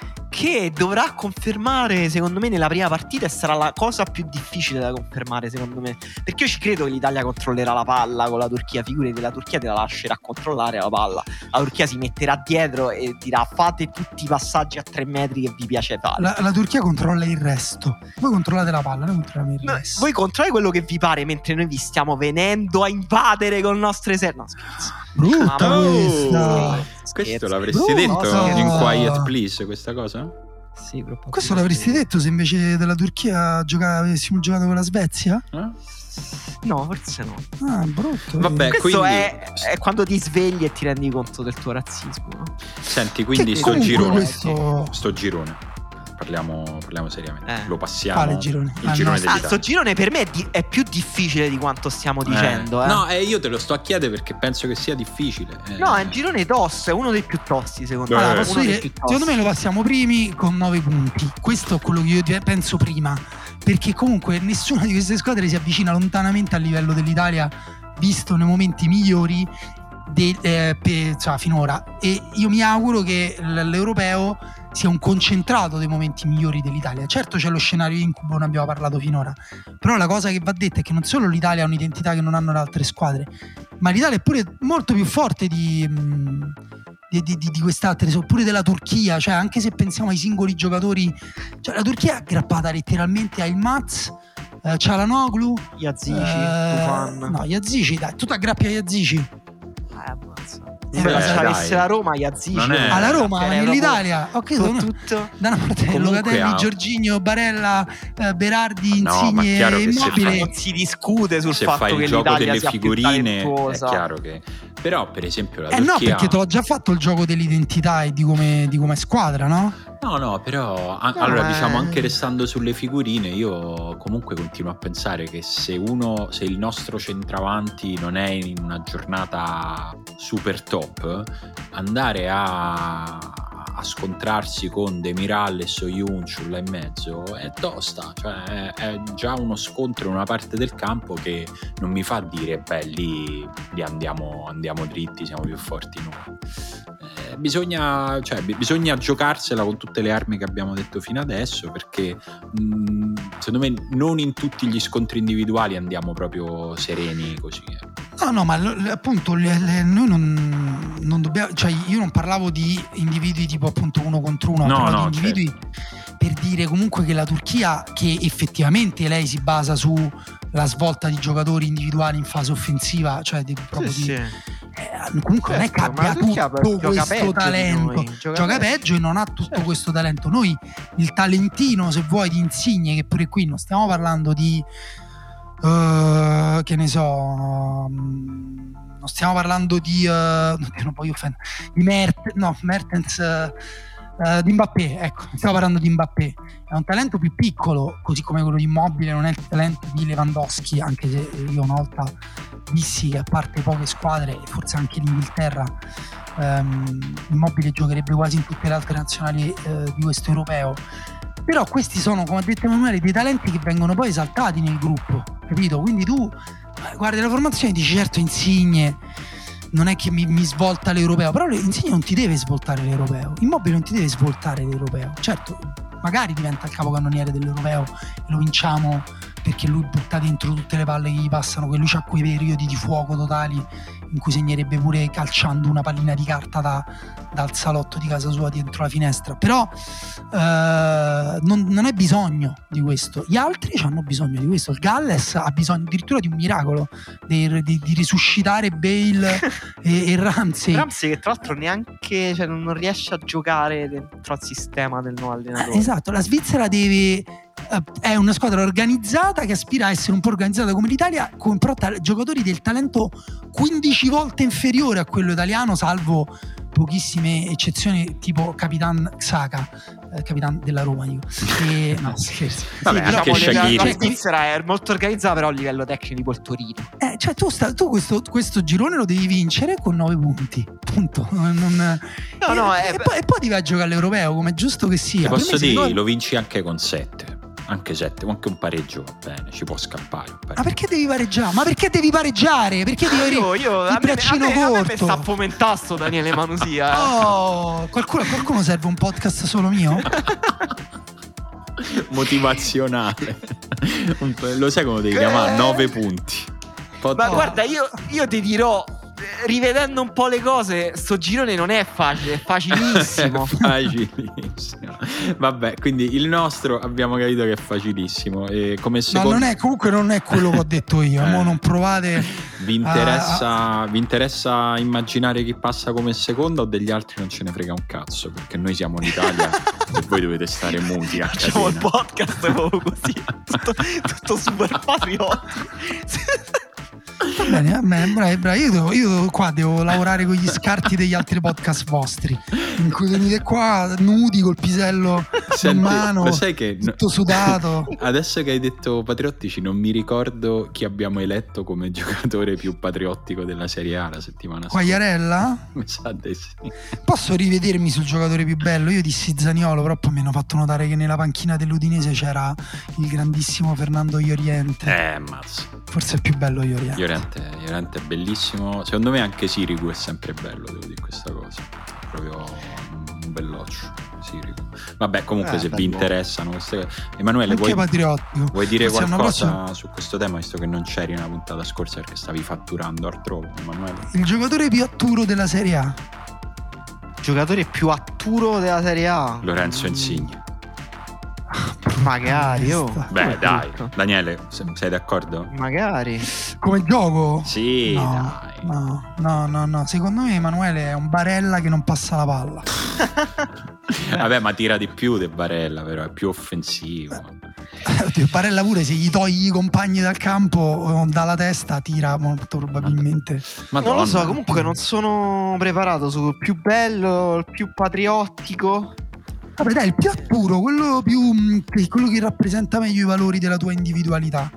che dovrà confermare secondo me nella prima partita, e sarà la cosa più difficile da confermare secondo me, perché io ci credo che l'Italia controllerà la palla con la Turchia. Figurati, la Turchia te la lascerà controllare la palla, la Turchia si metterà dietro e dirà fate tutti i passaggi a tre metri che vi piace fare. La, la Turchia controlla il resto, voi controllate la palla, noi controlliamo il No, resto. voi controllate quello che vi pare, mentre noi vi stiamo venendo a invadere con il nostro esercito. No, scherzo. Brutta Ma- questa. Questo Scherzo. l'avresti Brutto. detto in Quiet Please, questa cosa? Sì, proprio. Questo l'avresti detto se invece della Turchia giocava, avessimo giocato con la Svezia? Eh? No, forse no. Ah, brutto. Vabbè, Questo quindi- è, è quando ti svegli e ti rendi conto del tuo razzismo, no? Senti, quindi Che sto comunque girone, questo- sto girone, parliamo, parliamo seriamente, Eh. lo passiamo. Quale girone? Il Ah, girone no. Ah, dell'Italia. sto girone per me è, di- è più difficile di quanto stiamo dicendo, eh. No, eh, io te lo sto a chiedere perché penso che sia difficile. eh. No, è un girone tosto, è uno dei più tosti secondo Eh, me. Allora, Uno posso dei dire, più tosti. secondo me lo passiamo primi con nove punti. Questo è quello che io ti- penso prima, perché comunque nessuna di queste squadre si avvicina lontanamente al livello dell'Italia visto nei momenti migliori de- eh, pe- cioè, finora, e io mi auguro che l- l'europeo sia un concentrato dei momenti migliori dell'Italia. Certo c'è lo scenario incubo, ne abbiamo parlato finora, però la cosa che va detta è che non solo l'Italia ha un'identità che non hanno le altre squadre, ma l'Italia è pure molto più forte di, mh, di, di, di queste altre, oppure della Turchia. Cioè, anche se pensiamo ai singoli giocatori, cioè la Turchia è aggrappata letteralmente a Ilmaz, eh, Çalhanoğlu, Yazici, eh, Tufan. no, Yazici, dai, tu ti aggrappi a Yazici. Eh, ammazza. Eh, Se beh, se dai. avesse la Roma, Yazici Non è- alla Roma, Cioè, ma è nell'Italia, ok, proprio sono- tutto. da una parte Comunque Locatelli, ha- Jorginho, Barella, eh, Berardi, Ma no, ma Insigne, chiaro che se Immobile. fai- Non si discute sul Se fatto fai che il gioco l'Italia delle sia più figurine è talentuosa. chiaro che, però per esempio la Eh no, Turchia perché te l'ho già fatto il gioco dell'identità e di come, di come squadra, no? no no però a- No, allora eh. diciamo, anche restando sulle figurine, io comunque continuo a pensare che se uno se il nostro centravanti non è in una giornata super top, andare a a scontrarsi con Demiral e Soyuncu là in mezzo è tosta, cioè è, è già uno scontro in una parte del campo che non mi fa dire beh lì, lì andiamo, andiamo dritti, siamo più forti noi. Eh, bisogna, cioè, bi- bisogna giocarsela con tutte le armi che abbiamo detto fino adesso, perché mh, secondo me non in tutti gli scontri individuali andiamo proprio sereni così. eh. No, no, ma l- appunto le- le- noi non, non dobbiamo, cioè io non parlavo di individui tipo appunto uno contro uno, No, parlavo no, di individui per dire comunque che la Turchia, che effettivamente lei si basa su la svolta di giocatori individuali in fase offensiva, cioè di, proprio Sì, di, sì. eh, comunque non è che Certo, ma la abbia Turchia tutto gioca peggio questo di talento, noi, gioca gioca peggio. peggio e non ha tutto Certo. questo talento. Noi il talentino, se vuoi, di Insigne, che pure qui non stiamo parlando di uh, che ne so, um, non stiamo parlando di uh, oddio, non voglio offendere, di Mert- no, Mertens, uh, uh, di Mbappé, ecco, stiamo parlando di Mbappé. È un talento più piccolo, così come quello di Immobile non è il talento di Lewandowski, anche se io una volta dissi che a parte poche squadre, e forse anche l'Inghilterra, um, Immobile giocherebbe quasi in tutte le altre nazionali uh, di questo europeo. Però questi sono, come ha detto Emanuele, dei talenti che vengono poi esaltati nel gruppo, capito? Quindi tu guardi la formazione e dici certo Insigne non è che mi, mi svolta l'europeo, però Insigne non ti deve svoltare l'europeo, Immobile non ti deve svoltare l'europeo. Certo, magari diventa il capocannoniere dell'europeo e lo vinciamo perché lui butta dentro tutte le palle che gli passano, che lui ha quei periodi di fuoco totali in cui segnerebbe pure calciando una pallina di carta da, dal salotto di casa sua dentro la finestra. Però eh, non, non è bisogno di questo, gli altri hanno bisogno di questo. Il Galles ha bisogno addirittura di un miracolo, di, di, di risuscitare Bale e, e Ramsey Ramsey che tra l'altro neanche, cioè, non riesce a giocare dentro al sistema del nuovo allenatore. Eh, esatto, la Svizzera deve è una squadra organizzata che aspira a essere un po' organizzata come l'Italia, con però ta- giocatori del talento quindici volte inferiore a quello italiano, salvo pochissime eccezioni tipo Capitan Xhaka, eh, Capitan della Roma dico. E, no scherzo. Vabbè, sì, anche diciamo, Shaqiri. la Svizzera è molto organizzata, però a livello tecnico tipo il Torino. Eh, cioè tu, sta, tu questo, questo girone lo devi vincere con nove punti, punto. Non, non, no, e, no, e, è... poi, e poi ti vai a giocare all'europeo, come è giusto che sia. Ti posso dire, secondo... lo vinci anche con sette. Anche sette, anche un pareggio va bene, ci può scappare. Ma perché devi pareggiare? Ma perché devi pareggiare? Perché devi io, io, il a me, braccino a me, corto? A me sta fomentasto Daniele Manusia. Eh. Oh, qualcuno, qualcuno serve un podcast solo mio? Motivazionale. Lo sai come devi chiamare? Nove punti. Ma oh. guarda, io, io ti dirò, rivedendo un po' le cose, sto girone non è facile, è facilissimo. È facilissimo. Vabbè, quindi il nostro abbiamo capito che è facilissimo. E come secondo... Ma non è, comunque non è quello che ho detto io. eh. Mo non provate. Vi interessa, a... vi interessa immaginare chi passa come seconda, o degli altri non ce ne frega un cazzo? Perché noi siamo l'Italia e voi dovete stare muti. Facciamo il podcast proprio così, tutto, tutto super patriottico. Va bene, va bene, bravi, bravi. Io, devo, io devo, qua devo lavorare con gli scarti degli altri podcast vostri, in cui venite qua nudi col pisello Senti, in mano, lo sai che tutto sudato. Adesso che hai detto patriottici, non mi ricordo chi abbiamo eletto come giocatore più patriottico della Serie A la settimana scorsa. Quagliarella? Mi sa di sì. Posso rivedermi sul giocatore più bello? Io dissi Zaniolo, però poi mi hanno fatto notare che nella panchina dell'Udinese c'era il grandissimo Fernando Lloriente. Eh, mazzo. Forse è il più bello Lloriente. Llorente, Llorente è bellissimo. Secondo me anche Sirigu è sempre bello, devo dire questa cosa. Proprio un belloccio Sirigu. Vabbè, comunque eh, se vi interessano queste cose. Emanuele, anche vuoi, patriottico. vuoi dire Forse qualcosa prossima... su questo tema, visto che non c'eri nella puntata scorsa perché stavi fatturando altrove, Emanuele? Il giocatore più atturo della Serie A. Giocatore più atturo della Serie A? Lorenzo Insigne. Magari, oh. Beh, dai, Daniele, sei d'accordo? Magari. Come gioco? Sì, no, dai. No, no, no, no. Secondo me Emanuele è un Barella che non passa la palla. Vabbè, ma tira di più di Barella, però è più offensivo. Oddio, Barella pure se gli togli i compagni dal campo dalla testa tira molto probabilmente. Madonna. Non lo so, comunque non sono preparato sul più bello, il più patriottico. Vabbè dai, il più atturo, quello più quello che rappresenta meglio i valori della tua individualità.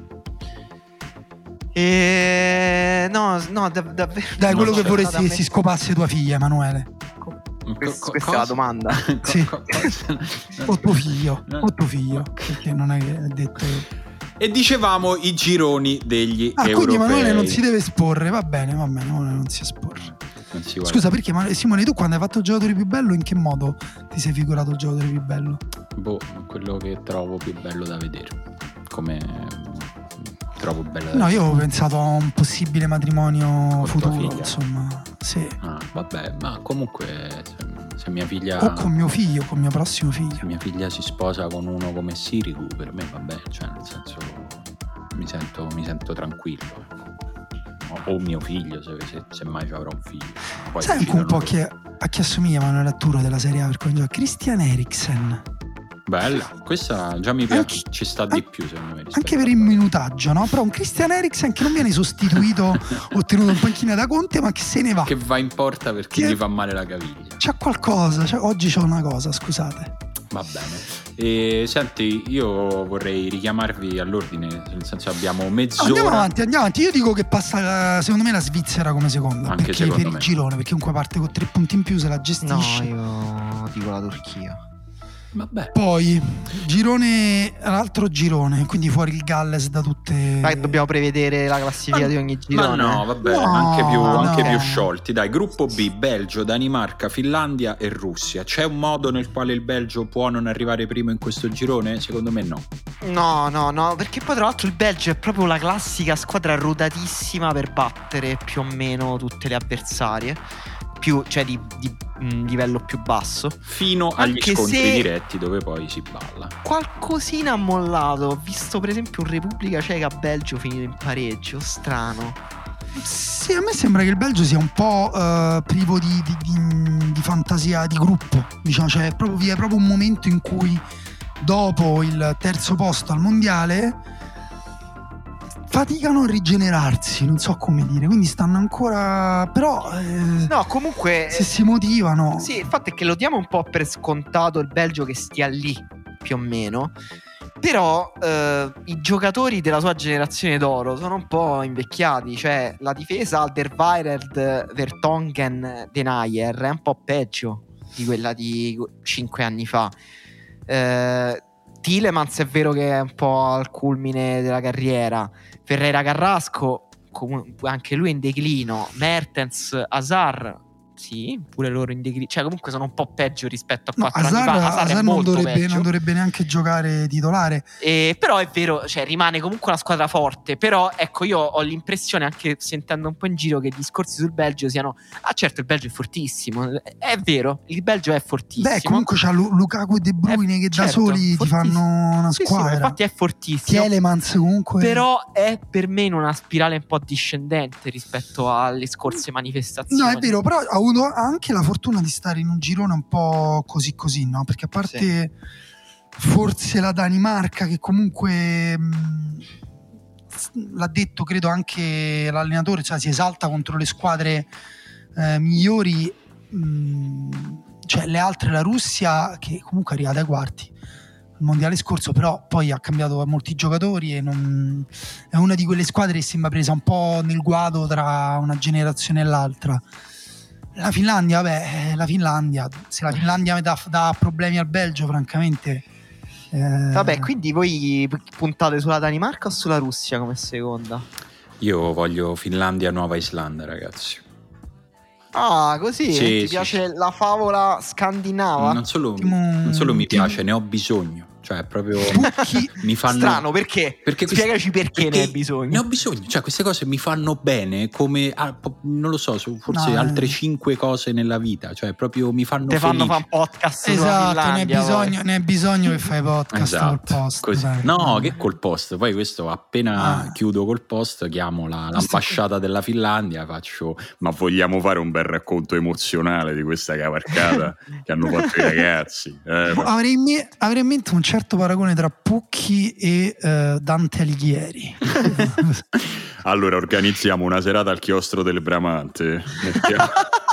E... No, no, dav- davvero. Dai, quello che so, vorresti che si scopasse tua figlia, Emanuele. Questa, questa è la domanda. Sì. O tuo figlio, o tuo figlio, perché non è che è detto. E dicevamo i gironi degli ah, europei. Quindi Emanuele non si deve esporre, va bene, va bene, Emanuele non si esporre. Non si Scusa, perché Simone, tu quando hai fatto il giocatore più bello, in che modo ti sei figurato il giocatore più bello? Boh, quello che trovo più bello da vedere. Come trovo bello da No, vedere. io ho pensato a un possibile matrimonio con futuro, insomma. Sì. Ah, vabbè, ma comunque se, se mia figlia o con mio figlio, con mio prossimo figlio. Se mia figlia si sposa con uno come Sirigu, per me va bene, cioè nel senso mi sento, mi sento tranquillo. O mio figlio, se, se, se mai ci avrò un figlio. Poi sai anche un po' chi, a chi assomiglia Emanuele Atturo della Serie A per come gioca? Christian Eriksen. Bella, questa già mi piace, anche, ci sta di più secondo me. Anche per il minutaggio, no? Però un Christian Eriksen che non viene sostituito o tenuto in panchina da Conte, ma che se ne va. Che va in porta perché che... gli fa male la caviglia. C'ha qualcosa, c'è... oggi c'ho una cosa, scusate. Va bene. E senti, io vorrei richiamarvi all'ordine, nel senso abbiamo mezz'ora. Andiamo avanti, andiamo avanti. Io dico che passa secondo me la Svizzera come seconda. Anche perché per me. il girone, perché comunque parte con tre punti in più, se la gestisce. No, io dico la Turchia. Vabbè. Poi girone, l'altro girone, quindi fuori il Galles da tutte. Ma dobbiamo prevedere la classifica ma, di ogni girone. Ma no, vabbè, no, anche, più, no. anche più sciolti. Dai, gruppo B, Belgio, Danimarca, Finlandia e Russia. C'è un modo nel quale il Belgio può non arrivare primo in questo girone? Secondo me no. No, no, no, perché poi tra l'altro il Belgio è proprio la classica squadra rodatissima per battere più o meno tutte le avversarie, più, cioè di, di mh, livello più basso, fino agli anche scontri se diretti dove poi si balla. qualcosina ha mollato. Ho visto per esempio un Repubblica Ceca Belgio finito in pareggio, strano. Sì, a me sembra che il Belgio sia un po' uh, privo di, di, di, di fantasia di gruppo, diciamo, cioè proprio, vi è proprio un momento in cui dopo il terzo posto al mondiale faticano a rigenerarsi, non so come dire, quindi stanno ancora, però eh, No, comunque se si motivano. sì, il fatto è che lo diamo un po' per scontato il Belgio che stia lì, più o meno. Però eh, i giocatori della sua generazione d'oro sono un po' invecchiati. Cioè la difesa Alderweireld, Vertonghen, Denayer è un po' peggio di quella di cinque anni fa. eh, Tielemans è vero che è un po' al culmine della carriera. Ferreira Carrasco comunque anche lui in declino. Mertens, Hazard, sì, pure loro in declino. Cioè comunque sono un po' peggio rispetto a No, quattro Hazard, anni fa. Hazard, Hazard è non, molto dovrebbe, peggio. non dovrebbe neanche giocare titolare. Eh, però è vero, cioè rimane comunque una squadra forte. Però ecco, io ho l'impressione, anche sentendo un po' in giro, che i discorsi sul Belgio siano: ah certo, il Belgio è fortissimo. È vero, il Belgio è fortissimo. Beh, comunque c'ha Lu- Lukaku e De Bruyne È- che da certo, soli ti fanno una Sì, sì, squadra. infatti è fortissimo. Tielemans comunque. Però è per me in una spirale un po' discendente rispetto alle scorse manifestazioni. No, è vero, però ha avuto anche la fortuna di stare in un girone un po' così così, no? Perché a parte Sì. forse la Danimarca, che comunque mh, l'ha detto, credo anche l'allenatore, cioè si esalta contro le squadre eh, migliori, mh, cioè le altre, la Russia, che comunque è arrivata ai quarti il mondiale scorso, però poi ha cambiato molti giocatori e non, è una di quelle squadre che sembra presa un po' nel guado tra una generazione e l'altra. La Finlandia, vabbè, la Finlandia, se la Finlandia dà, dà problemi al Belgio, francamente. Eh... Vabbè, quindi voi puntate sulla Danimarca o sulla Russia come seconda? Io voglio Finlandia, Nuova Islanda, ragazzi. Ah, così? Sì, ti sì, piace sì. la favola scandinava? Non solo, Timo- non solo mi Timo- piace, ne ho bisogno. Cioè, proprio Pucchi- mi fanno. Strano, perché? Perché questi- Spiegaci perché, ne hai bisogno. Ne ho bisogno, cioè queste cose mi fanno bene come, ah, po- non lo so, su- forse No, altre eh. cinque cose nella vita, cioè proprio mi fanno Te fanno felice. fare un podcast sulla Esatto, ne hai Finlandia, bisogno, poi. ne hai bisogno che fai podcast Esatto, col post. così. dai. No, che col post, poi questo appena Ah. chiudo col post chiamo la, Questo- l'ambasciata della Finlandia, faccio ma vogliamo fare un bel racconto emozionale di questa cavalcata che hanno fatto i ragazzi, eh, ma- Avrei in, me- avrei in mente un certo paragone tra Pucchi e eh, Dante Alighieri. allora organizziamo una serata al chiostro del Bramante. Mettiamo-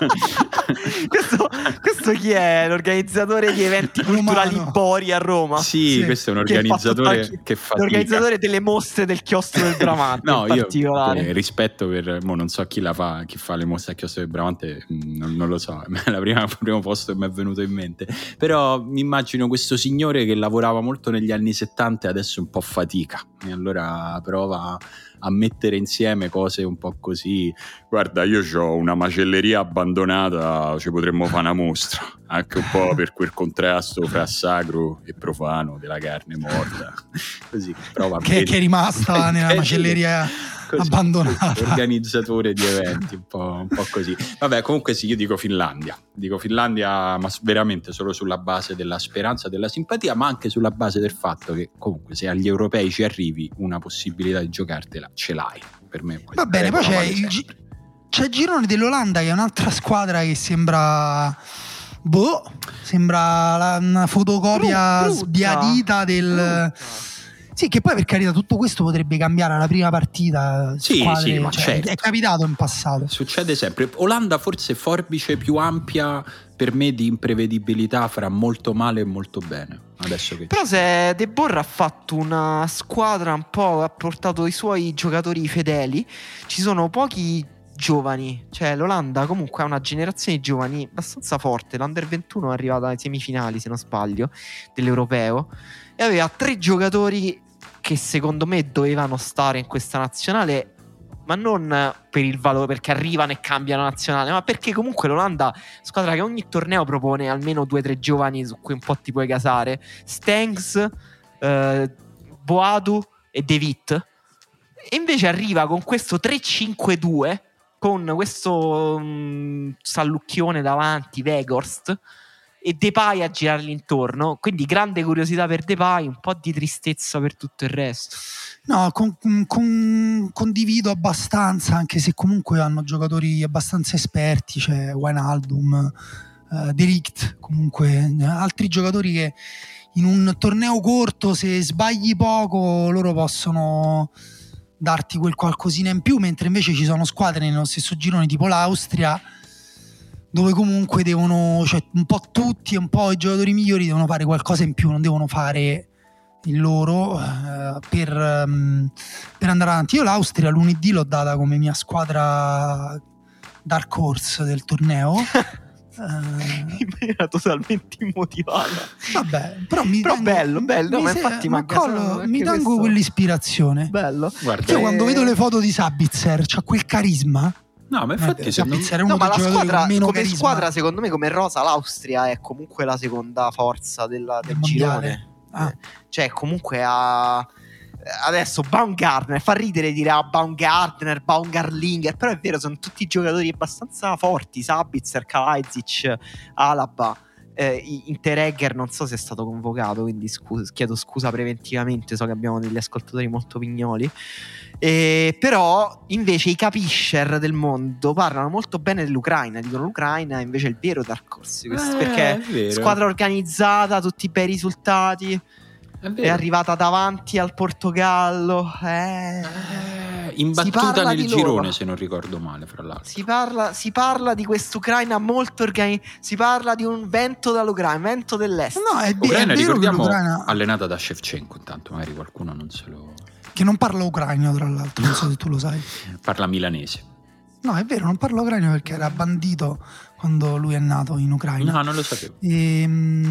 questo, questo chi è? L'organizzatore di eventi culturali Romano. Bori a Roma? sì, Sì. questo è un Che fa organizzatore tutta- che fatica. L'organizzatore delle mostre del chiostro del Bramante. No, in io particolare. eh, rispetto per mo non so chi la fa, chi fa le mostre al chiostro del Bramante, mh, non, non lo so, è la prima, il primo posto che mi è venuto in mente. Però mi immagino questo signore che lavorava molto negli anni settanta e adesso un po' fatica, e allora prova a mettere insieme cose un po' così. Guarda, io ho una macelleria abbandonata, ci potremmo fare una mostra, anche un po' per quel contrasto fra sacro e profano della carne morta. Così prova a che, vedere- che è rimasta nella Eh, macelleria così, abbandonata. organizzatore di eventi, un po', un po' così. Vabbè, comunque sì, io dico Finlandia. Dico Finlandia, ma veramente solo sulla base della speranza, della simpatia, ma anche sulla base del fatto che comunque se agli europei ci arrivi una possibilità di giocartela ce l'hai. Per me Va bene, poi c'è il, gi- c'è il girone dell'Olanda, che è un'altra squadra che sembra boh, sembra la- una fotocopia Brutta. sbiadita del Brutta. sì, che poi per carità tutto questo potrebbe cambiare alla prima partita. Sì, squadre, sì, ma cioè, certo. è capitato in passato. Succede sempre. Olanda forse forbice più ampia per me di imprevedibilità fra molto male e molto bene. Adesso che Però se De Boer ha fatto una squadra un po', ha portato i suoi giocatori fedeli, ci sono pochi giovani, cioè l'Olanda comunque ha una generazione di giovani abbastanza forte. L'Under ventuno è arrivata ai semifinali, se non sbaglio, dell'Europeo, e aveva tre giocatori che secondo me dovevano stare in questa nazionale, ma non per il valore, perché arrivano e cambiano nazionale, ma perché comunque l'Olanda, squadra che ogni torneo propone almeno due o tre giovani su cui un po' ti puoi casare. Stengs, eh, Boadu e De Witt. E invece arriva con questo tre cinque due, con questo um, sallucchione davanti, Weghorst, e Depay a girargli intorno. Quindi grande curiosità per Depay, un po' di tristezza per tutto il resto. No, con, con, condivido abbastanza, anche se comunque hanno giocatori abbastanza esperti, c'è Wijnaldum, uh, De Ligt, comunque altri giocatori che in un torneo corto, se sbagli poco, loro possono darti quel qualcosina in più, mentre invece ci sono squadre nello stesso girone tipo l'Austria, dove comunque devono, cioè un po' tutti e un po' i giocatori migliori devono fare qualcosa in più, non devono fare il loro eh, per, um, per andare avanti. Io l'Austria lunedì l'ho data come mia squadra dark horse del torneo. In maniera totalmente immotivata. Vabbè, però, mi però tengo, bello, bello. Mi, ma se, infatti ma collo, mi tengo questo... quell'ispirazione. Bello. Guarda, io e... quando vedo le foto di Sabitzer, c'ha quel carisma. No, ma infatti eh, Sabitzer è uno no, dei ma la squadra, meno come carisma. squadra, secondo me, come rosa, l'Austria è comunque la seconda forza della, del girone. Ah. Cioè, comunque ha. Adesso Baumgartner fa ridere dire ah, Baumgartner, Baumgartlinger, però è vero, sono tutti giocatori abbastanza forti. Sabitzer, Kalajdzic, Alaba, eh, Interegger non so se è stato convocato, quindi scusa, chiedo scusa preventivamente, so che abbiamo degli ascoltatori molto pignoli, eh, però invece i capiscer del mondo parlano molto bene dell'Ucraina, dicono l'Ucraina è invece il vero dark horse, eh, perché è squadra organizzata, tutti i bei risultati. È, è arrivata davanti al Portogallo, eh, eh, imbattuta nel girone, se non ricordo male, fra l'altro. Si parla, si parla di quest'Ucraina molto organizzata, si parla di un vento dall'Ucraina, vento dell'est. No, è, Ucraina, è vero, ricordiamo, l'Ucraina... allenata da Shevchenko, intanto magari qualcuno non se lo... Che non parla ucraino, tra l'altro, non so se tu lo sai. Parla milanese. No, è vero, non parla ucraino perché era bandito quando lui è nato in Ucraina. No, non lo sapevo. E,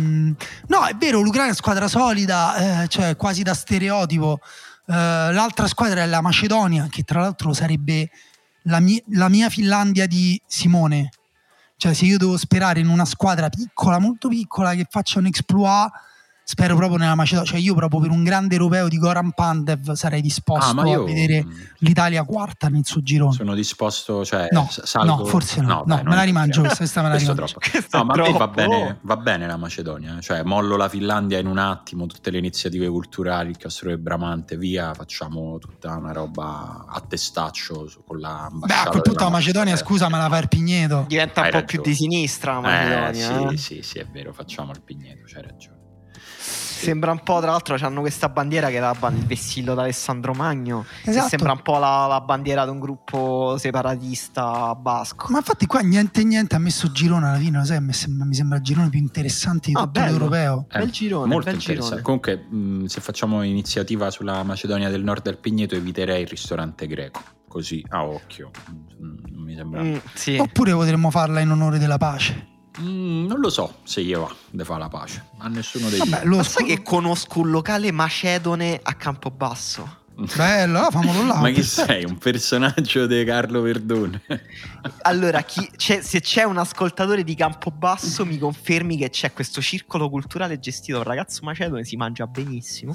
no, è vero, l'Ucraina è una squadra solida, eh, cioè quasi da stereotipo. Eh, l'altra squadra è la Macedonia, che tra l'altro sarebbe la mia, la mia Finlandia di Simone. Cioè, se io devo sperare in una squadra piccola, molto piccola, che faccia un exploit, spero proprio nella Macedonia. Cioè, io proprio per un grande europeo di Goran Pandev sarei disposto ah, io... a vedere l'Italia quarta nel suo girone. Sono disposto, cioè no, salvo... no forse no, no, no, dai, me la rimangio questa, questa me la rimangio. No, ma a me va bene, va bene la Macedonia, cioè mollo la Finlandia in un attimo, tutte le iniziative culturali, il Castrove Bramante, via, facciamo tutta una roba a testaccio con l'ambasciata. Beh, a quel punto la Macedonia, scusa, me la fa il Pigneto. Diventa un po' più di sinistra la Macedonia. Eh, sì, eh? sì, sì, è vero, facciamo il Pigneto, c'hai ragione. Sembra un po', tra l'altro hanno questa bandiera che era il vessillo d'Alessandro Magno, esatto. Che sembra un po' la, la bandiera di un gruppo separatista basco. Ma infatti qua niente niente ha messo girone alla fine, lo sai, mi sembra, mi sembra il girone più interessante di ah, tutto bello. l'europeo. Eh, bel girone, molto bel interessante. girone. Comunque mh, se facciamo iniziativa sulla Macedonia del Nord del Pigneto eviterei il ristorante greco, così a occhio, non mi sembra. Mm, sì. Oppure potremmo farla in onore della pace. Mm, non lo so se io va de fa la pace a nessuno dei Vabbè, due. Ma sai che conosco un locale macedone a Campobasso? Bello, famolo là. Ma chi sei? Un personaggio di Carlo Verdone? Allora, chi, c'è, se c'è un ascoltatore di Campobasso mi confermi che c'è questo circolo culturale gestito da un ragazzo macedone, si mangia benissimo.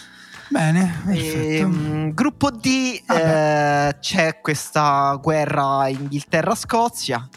Bene, perfetto. E, gruppo D, eh, c'è questa guerra Inghilterra-Scozia.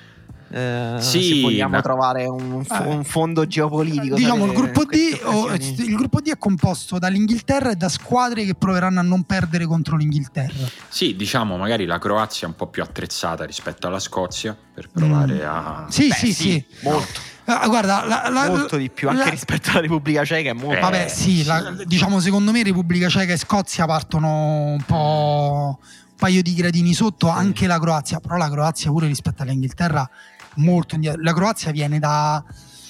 Eh, sì, se vogliamo ma... trovare un, f- un fondo geopolitico, diciamo il gruppo, D, o, il gruppo D è composto dall'Inghilterra e da squadre che proveranno a non perdere contro l'Inghilterra. Sì, diciamo magari la Croazia è un po' più attrezzata rispetto alla Scozia per provare mm. a sì, Beh, sì, sì, sì, molto. Uh, guarda, la, la, molto di più anche la, rispetto alla Repubblica Ceca è molto. Eh, vabbè, sì, sì. La, diciamo secondo me Repubblica Ceca e Scozia partono un po' un paio di gradini sotto, sì. Anche la Croazia, però la Croazia pure rispetto all'Inghilterra molto indietro. La Croazia viene da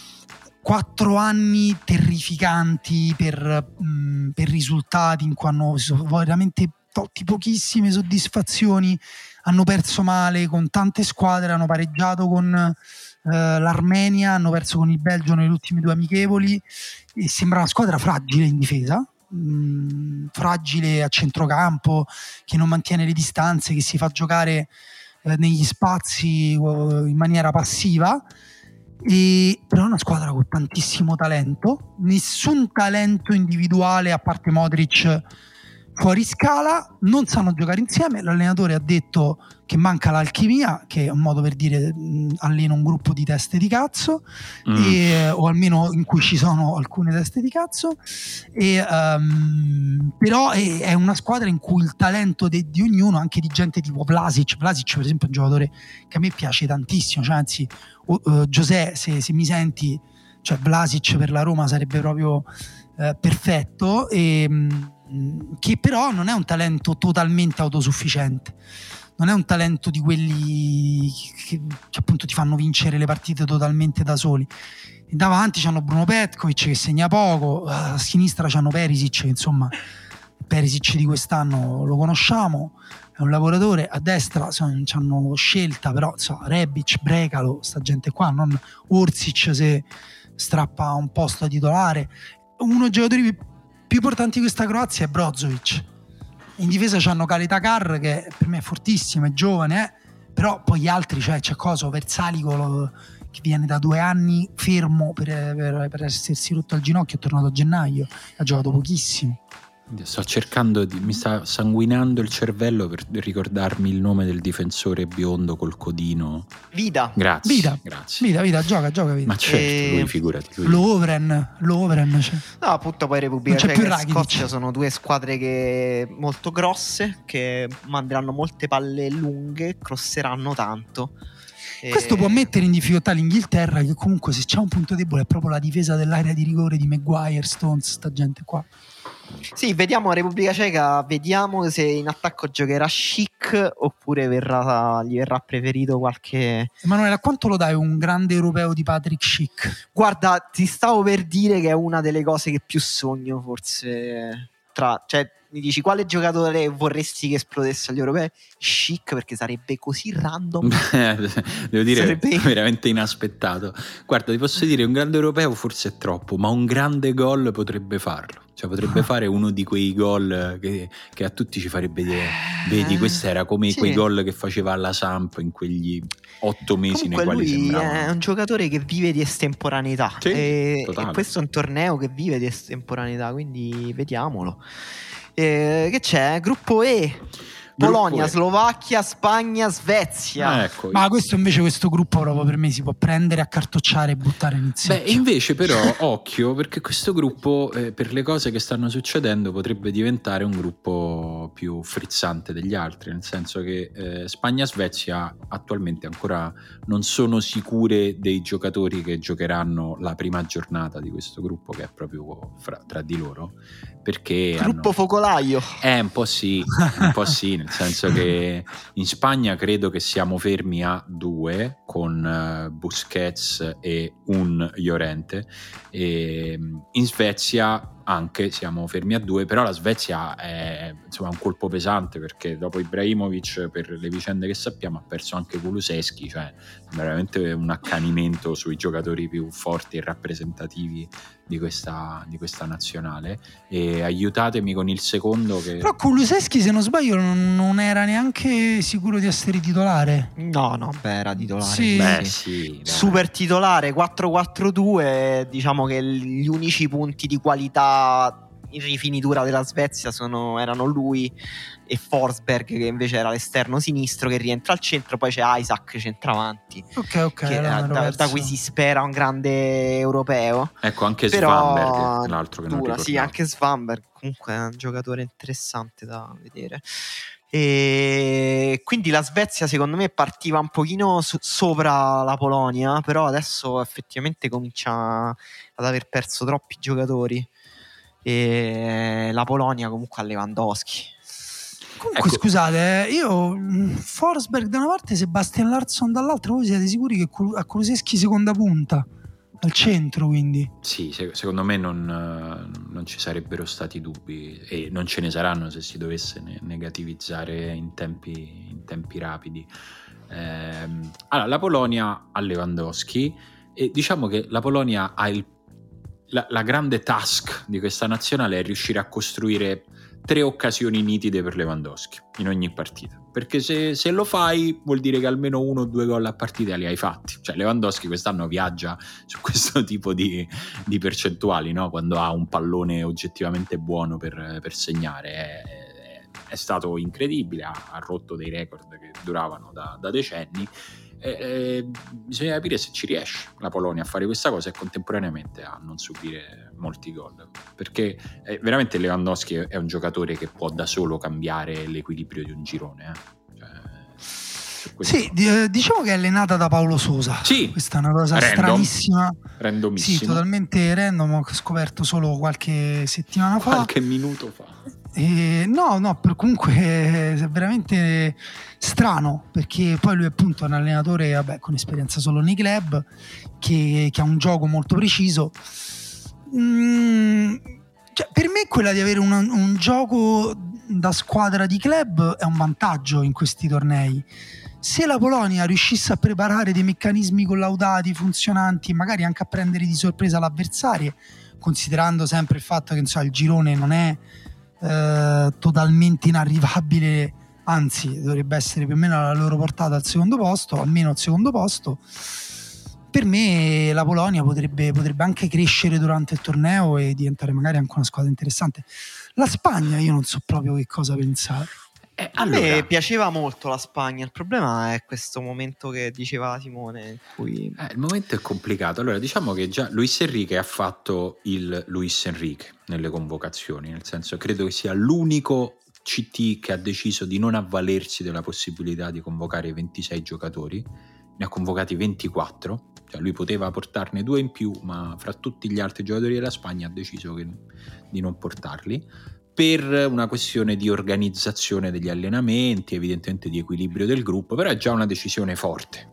quattro anni terrificanti per, mh, per risultati in cui hanno veramente tolti pochissime soddisfazioni hanno perso male con tante squadre, hanno pareggiato con eh, l'Armenia, hanno perso con il Belgio nelle ultime due amichevoli e sembra una squadra fragile in difesa, mh, fragile a centrocampo, che non mantiene le distanze, che si fa giocare eh, negli spazi uh, in maniera passiva. E, però è una squadra con tantissimo talento, nessun talento individuale a parte Modric fuori scala, non sanno giocare insieme. L'allenatore ha detto che manca l'alchimia, che è un modo per dire mh, allena un gruppo di teste di cazzo, mm. e, o almeno in cui ci sono alcune teste di cazzo, e, um, però è, è una squadra in cui il talento de, di ognuno, anche di gente tipo Vlasic Vlasic per esempio è un giocatore che a me piace tantissimo, cioè anzi uh, uh, Giuseppe, se, se mi senti, cioè Vlasic per la Roma sarebbe proprio uh, perfetto, e mh, che però non è un talento totalmente autosufficiente, non è un talento di quelli che, che appunto ti fanno vincere le partite totalmente da soli. E davanti c'hanno Bruno Petkovic che segna poco, a sinistra c'hanno Perisic che insomma Perisic di quest'anno lo conosciamo, è un lavoratore, a destra c'hanno Scelta, però so, Rebic, Brecalo, sta gente qua, non Orsic se strappa un posto a titolare. Uno dei giocatori più importanti di questa Croazia è Brozovic. In difesa c'hanno Kaletakar che per me è fortissimo, è giovane, eh? Però poi gli altri, cioè c'è Coso, Versalico che viene da due anni fermo per, per, per essersi rotto al ginocchio, è tornato a gennaio, ha giocato pochissimo. Sto cercando di, mi sta sanguinando il cervello per ricordarmi il nome del difensore biondo col codino. Vida. Grazie. Vida, grazie. Vida, Vida, gioca, gioca Vida. Ma certo, e... lui figurati. Lui. Lovren, Lovren. Cioè. No, appunto poi Repubblica Ceca e Scozia sono due squadre che molto grosse, che manderanno molte palle lunghe, crosseranno tanto. Questo può mettere in difficoltà l'Inghilterra, che comunque se c'è un punto debole è proprio la difesa dell'area di rigore di Maguire, Stones, sta gente qua. Sì, vediamo la Repubblica Ceca, vediamo se in attacco giocherà Schick oppure verrà, gli verrà preferito qualche... Emanuele, a quanto lo dai un grande europeo di Patrick Schick? Guarda, ti stavo per dire che è una delle cose che più sogno forse tra... cioè mi dici quale giocatore vorresti che esplodesse agli europei? Schick, perché sarebbe così random. Devo dire sarebbe... veramente inaspettato. Guarda, ti posso dire, un grande europeo forse è troppo, ma un grande gol potrebbe farlo. Cioè potrebbe fare uno di quei gol che, che a tutti ci farebbe dire, vedi, questo era come sì. quei gol che faceva alla Samp in quegli otto mesi comunque nei quali lui sembrava. È un giocatore che vive di estemporaneità, sì, e, e questo è un torneo che vive di estemporaneità, quindi vediamolo. Eh, che c'è? Gruppo E. Polonia, Slovacchia, Spagna, Svezia. Ah, ecco. Ma questo invece, questo gruppo proprio per me si può prendere, accartocciare e buttare in Beh, invece però occhio, perché questo gruppo eh, per le cose che stanno succedendo potrebbe diventare un gruppo più frizzante degli altri, nel senso che eh, Spagna e Svezia attualmente ancora non sono sicure dei giocatori che giocheranno la prima giornata di questo gruppo, che è proprio fra, tra di loro, perché gruppo hanno... focolaio. Eh, un po' sì, un po' sì, nel senso che in Spagna credo che siamo fermi a due con uh, Busquets e un Llorente, e in Svezia anche siamo fermi a due, però la Svezia è insomma un colpo pesante, perché dopo Ibrahimovic, per le vicende che sappiamo, ha perso anche Kulusevski, cioè veramente un accanimento sui giocatori più forti e rappresentativi di questa, di questa nazionale. E aiutatemi con il secondo che... Però Kulusevski, se non sbaglio, non, non era neanche sicuro di essere titolare. No, no, beh, era titolare. Sì. Beh, sì, super titolare, quattro quattro due. Diciamo che gli unici punti di qualità in rifinitura della Svezia sono, erano lui e Forsberg, che invece era l'esterno sinistro che rientra al centro, poi c'è Isaac centravanti, ok ok che, da, da, da cui si spera un grande europeo. Ecco, anche però, Svanberg, l'altro che non dura, ricordavo. sì, anche Svanberg comunque è un giocatore interessante da vedere. E quindi la Svezia secondo me partiva un pochino so- sopra la Polonia, però adesso effettivamente comincia ad aver perso troppi giocatori, e la Polonia comunque ha Lewandowski. Comunque ecco, scusate, io Forsberg da una parte, Sebastian Larsson dall'altra, voi siete sicuri che a Kulusevski seconda punta al centro? Quindi sì, secondo me non, non ci sarebbero stati dubbi, e non ce ne saranno se si dovesse negativizzare in tempi, in in tempi rapidi. Eh, allora, la Polonia ha Lewandowski e diciamo che la Polonia ha il, la, la grande task di questa nazionale è riuscire a costruire tre occasioni nitide per Lewandowski in ogni partita, perché se, se lo fai vuol dire che almeno uno o due gol a partita li hai fatti. Cioè Lewandowski quest'anno viaggia su questo tipo di, di percentuali, no? Quando ha un pallone oggettivamente buono per, per segnare è, è stato incredibile, ha, ha rotto dei record che duravano da, da decenni. Eh, eh, bisogna capire se ci riesce la Polonia a fare questa cosa e contemporaneamente a non subire molti gol, perché eh, veramente Lewandowski è un giocatore che può da solo cambiare l'equilibrio di un girone, eh. Cioè, sì, d- diciamo che è allenata da Paolo Sosa. Sì, questa è una cosa random, stranissima, randomissimo. Sì, totalmente random, ho scoperto solo qualche settimana fa, qualche minuto fa. E no, no, per comunque è veramente strano, perché poi lui appunto è un allenatore, vabbè, con esperienza solo nei club, che, che ha un gioco molto preciso. Mm, cioè, per me quella di avere un, un gioco da squadra di club è un vantaggio in questi tornei. Se la Polonia riuscisse a preparare dei meccanismi collaudati, funzionanti, magari anche a prendere di sorpresa l'avversario, considerando sempre il fatto che insomma, il girone non è eh, totalmente inarrivabile, anzi dovrebbe essere più o meno alla loro portata al secondo posto, almeno al secondo posto, per me la Polonia potrebbe, potrebbe anche crescere durante il torneo e diventare magari anche una squadra interessante. La Spagna io non so proprio che cosa pensare. Eh, allora. A me piaceva molto la Spagna, il problema è questo momento che diceva Simone in cui... eh, il momento è complicato. Allora diciamo che già Luis Enrique ha fatto il Luis Enrique nelle convocazioni, nel senso credo che sia l'unico C T che ha deciso di non avvalersi della possibilità di convocare ventisei giocatori, ne ha convocati ventiquattro, cioè lui poteva portarne due in più, ma fra tutti gli altri giocatori della Spagna ha deciso che, di non portarli, per una questione di organizzazione degli allenamenti, evidentemente di equilibrio del gruppo, però è già una decisione forte,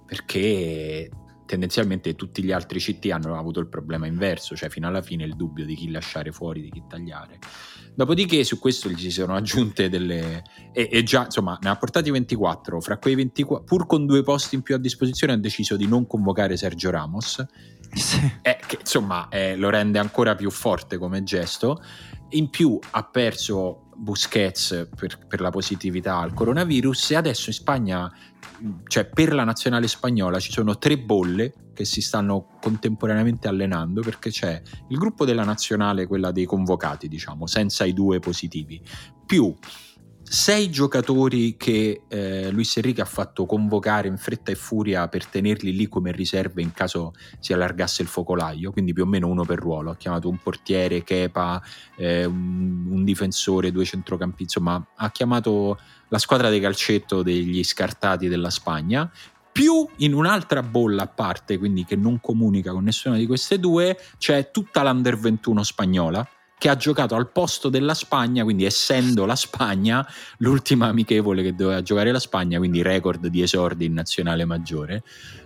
perché tendenzialmente tutti gli altri C T hanno avuto il problema inverso, cioè fino alla fine il dubbio di chi lasciare fuori, di chi tagliare. Dopodiché su questo gli si sono aggiunte delle... e, e già insomma ne ha portati ventiquattro, fra quei ventiquattro, pur con due posti in più a disposizione, ha deciso di non convocare Sergio Ramos, sì. eh, che insomma eh, lo rende ancora più forte come gesto. In più ha perso Busquets per, per la positività al coronavirus, e adesso in Spagna, cioè per la nazionale spagnola ci sono tre bolle che si stanno contemporaneamente allenando, perché c'è il gruppo della nazionale, quella dei convocati diciamo, senza i due positivi, più sei giocatori che eh, Luis Enrique ha fatto convocare in fretta e furia per tenerli lì come riserve in caso si allargasse il focolaio, quindi più o meno uno per ruolo. Ha chiamato un portiere, Kepa, eh, un, un difensore, due centrocampisti, insomma ha chiamato la squadra di calcetto degli scartati della Spagna, più in un'altra bolla a parte, quindi che non comunica con nessuna di queste due, c'è tutta l'Under ventuno spagnola, che ha giocato al posto della Spagna, quindi essendo la Spagna l'ultima amichevole che doveva giocare la Spagna, quindi record di esordi in nazionale maggiore.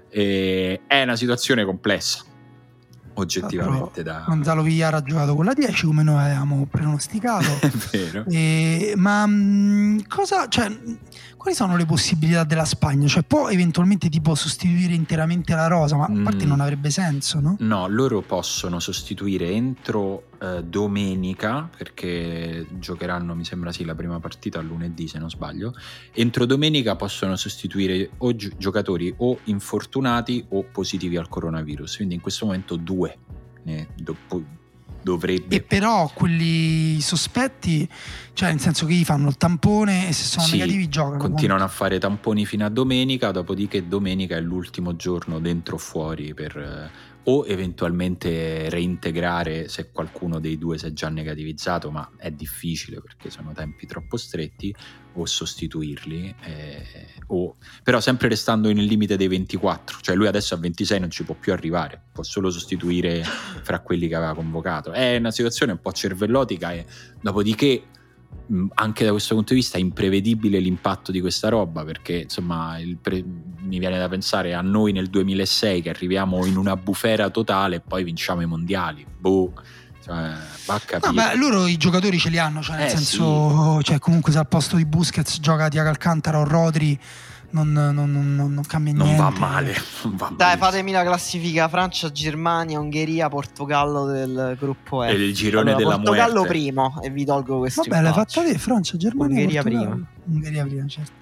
E è una situazione complessa, oggettivamente. Da... Gonzalo Villar ha giocato con la dieci come noi avevamo pronosticato. È vero. E, ma mh, cosa, cioè, quali sono le possibilità della Spagna? Cioè può eventualmente tipo sostituire interamente la rosa, ma a parte mm. non avrebbe senso, no? No, loro possono sostituire entro eh, domenica, perché giocheranno mi sembra sì la prima partita lunedì se non sbaglio. Entro domenica possono sostituire o gi- giocatori o infortunati o positivi al coronavirus, quindi in questo momento due ne do- dovrebbe. E però quelli sospetti, cioè nel senso che gli fanno il tampone e se sono sì, negativi giocano. Continuano a fare tamponi fino a domenica, dopodiché domenica è l'ultimo giorno dentro o fuori per eh, o eventualmente reintegrare se qualcuno dei due si è già negativizzato, ma è difficile perché sono tempi troppo stretti, o sostituirli eh, o però sempre restando nel limite dei ventiquattro, cioè lui adesso a ventisei non ci può più arrivare, può solo sostituire fra quelli che aveva convocato. È una situazione un po' cervellotica e dopodiché anche da questo punto di vista è imprevedibile l'impatto di questa roba, perché insomma il pre- mi viene da pensare a noi nel duemilasei che arriviamo in una bufera totale e poi vinciamo i mondiali, boh, Cioè, va a capire. Vabbè, loro i giocatori ce li hanno, cioè nel Eh, senso, sì. cioè comunque se al posto di Busquets gioca Thiago Alcantara o Rodri non, non, non, non cambia Non niente. va male, non va Dai, malissimo. fatemi la classifica: Francia, Germania, Ungheria, Portogallo del gruppo F. E il girone allora, della Portogallo muerte. primo, e vi tolgo questo Vabbè, l'hai impaccio. fatta te, Francia, Germania, Ungheria Portogallo. prima. Ungheria prima, certo.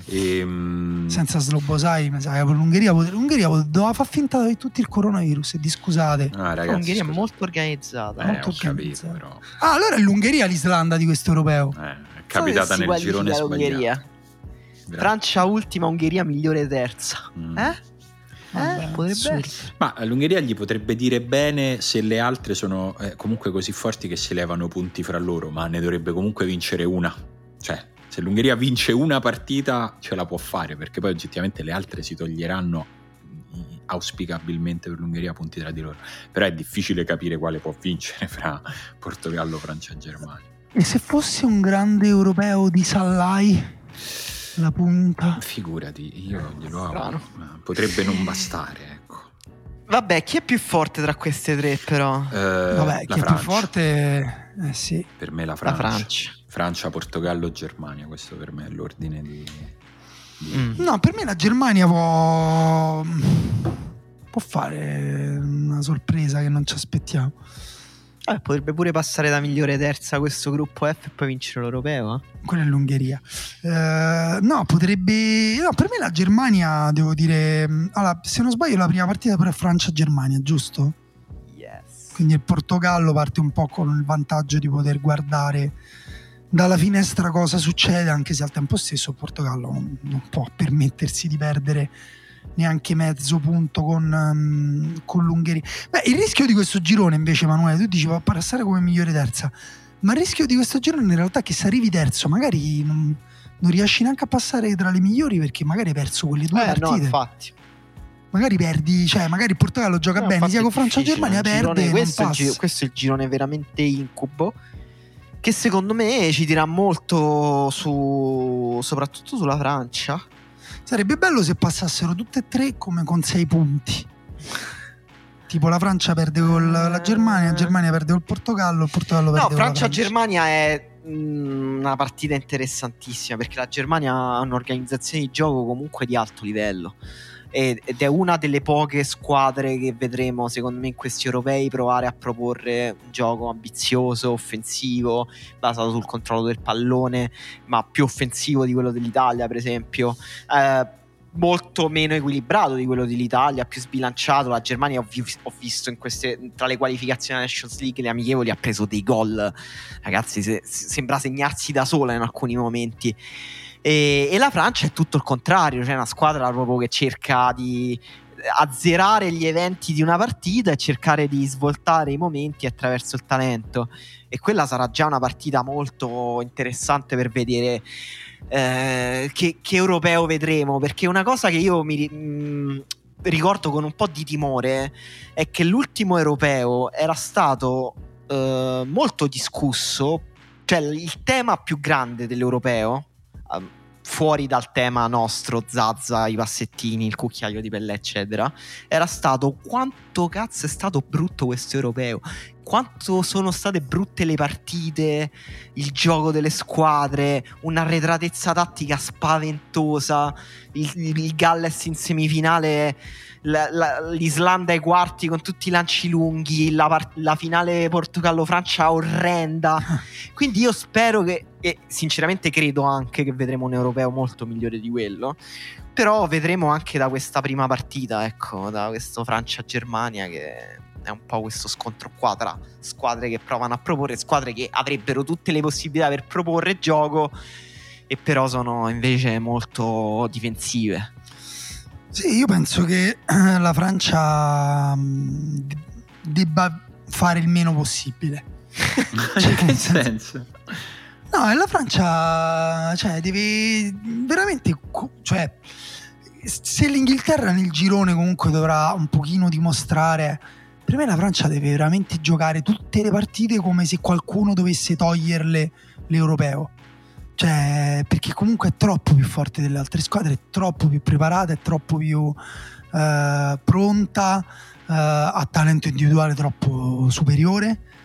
E, Senza Slobosai, mi sa che l'Ungheria, l'Ungheria doveva far finta di tutti il coronavirus, e di scusate. ah, ragazzi, L'Ungheria è scusa. molto organizzata. Eh, molto ho capito, organizzata. però. Ah, allora è l'Ungheria l'Islanda di questo europeo. Eh, è capitata So che si nel girone qualifica sbagliato. l'Ungheria. Vera- Francia ultima, Ungheria migliore terza. Mm. Eh? Vabbè, Eh? Potrebbe assurdo. essere. Ma l'Ungheria gli potrebbe dire bene se le altre sono eh, comunque così forti che si levano punti fra loro, ma ne dovrebbe comunque vincere una. Cioè, se l'Ungheria vince una partita ce la può fare, perché poi oggettivamente le altre si toglieranno mm, auspicabilmente per l'Ungheria punti tra di loro. Però è difficile capire quale può vincere fra Portogallo, Francia e Germania. E se fosse un grande europeo di Sallai, la punta? Figurati, io glielo Strano. auguro, ma potrebbe non bastare, ecco. Vabbè, chi è più forte tra queste tre, però? Eh, Vabbè, la chi è più Francia. forte? Eh sì. Per me la La Francia. Francia. Francia, Portogallo, Germania, questo per me è l'ordine di... di- Mm. No, per me la Germania può può fare una sorpresa che non ci aspettiamo. Eh, potrebbe pure passare da migliore terza questo gruppo F e poi vincere l'europeo. Eh? Quella è l'Ungheria. Eh, no, potrebbe. No, per me la Germania, devo dire. Allora, se non sbaglio, la prima partita però è Francia-Germania, giusto? Yes. Quindi il Portogallo parte un po' con il vantaggio di poter guardare dalla finestra cosa succede, anche se al tempo stesso il Portogallo non, non può permettersi di perdere neanche mezzo punto con, um, con l'Ungheria. Beh, il rischio di questo girone invece, Emanuele, tu dici va a passare come migliore terza, ma il rischio di questo girone in realtà è che se arrivi terzo magari non, non riesci neanche a passare tra le migliori, perché magari hai perso quelle due Eh, no, partite. infatti. Magari perdi, cioè magari il Portogallo gioca No, bene infatti sia è con Francia e difficile, Germania, un perde girone- e non questo, è il passa. gi- questo è il girone veramente incubo, che secondo me ci dirà molto su, soprattutto sulla Francia. Sarebbe bello se passassero tutte e tre come con sei punti. Tipo la Francia perde con la Germania, la Germania perde col Portogallo, il Portogallo perde No, con la Francia. Francia-Germania è mh, una partita interessantissima, perché la Germania ha un'organizzazione di gioco comunque di alto livello ed ed è una delle poche squadre che vedremo secondo me in questi europei provare a proporre un gioco ambizioso, offensivo, basato sul controllo del pallone, ma più offensivo di quello dell'Italia, per esempio. Eh, molto meno equilibrato di quello dell'Italia, più sbilanciato. La Germania ho, vi- ho visto in queste, tra le qualificazioni alla Nations League, le amichevoli, ha preso dei gol, ragazzi, se- se- sembra segnarsi da sola in alcuni momenti. E, e la Francia è tutto il contrario, cioè una squadra proprio che cerca di azzerare gli eventi di una partita e cercare di svoltare i momenti attraverso il talento, e quella sarà già una partita molto interessante per vedere eh, che, che europeo vedremo, perché una cosa che io mi ri- mh, ricordo con un po' di timore è che l'ultimo europeo era stato eh, molto discusso, cioè il tema più grande dell'europeo, eh, fuori dal tema nostro, Zazza, i passettini, il cucchiaio di Pellè eccetera, era stato quanto cazzo è stato brutto questo europeo, quanto sono state brutte le partite, il gioco delle squadre, un'arretratezza tattica spaventosa, il, il Galles in semifinale, la, la, l'Islanda ai quarti con tutti i lanci lunghi, la, part- la finale Portogallo-Francia orrenda. Quindi io spero che, e sinceramente credo anche che vedremo un europeo molto migliore di quello, però vedremo anche da questa prima partita, ecco, da questo Francia-Germania, che è un po' questo scontro qua tra squadre che provano a proporre, squadre che avrebbero tutte le possibilità per proporre gioco e però sono invece molto difensive. Sì, io penso che eh, la Francia mh, de- debba fare il meno possibile. In che senso? No, e la Francia, cioè, deve veramente, co- cioè, se l'Inghilterra nel girone comunque dovrà un pochino dimostrare, per me la Francia deve veramente giocare tutte le partite come se qualcuno dovesse toglierle l'europeo. Cioè, perché comunque è troppo più forte delle altre squadre, è troppo più preparata, è troppo più eh, pronta, eh, ha talento individuale troppo superiore.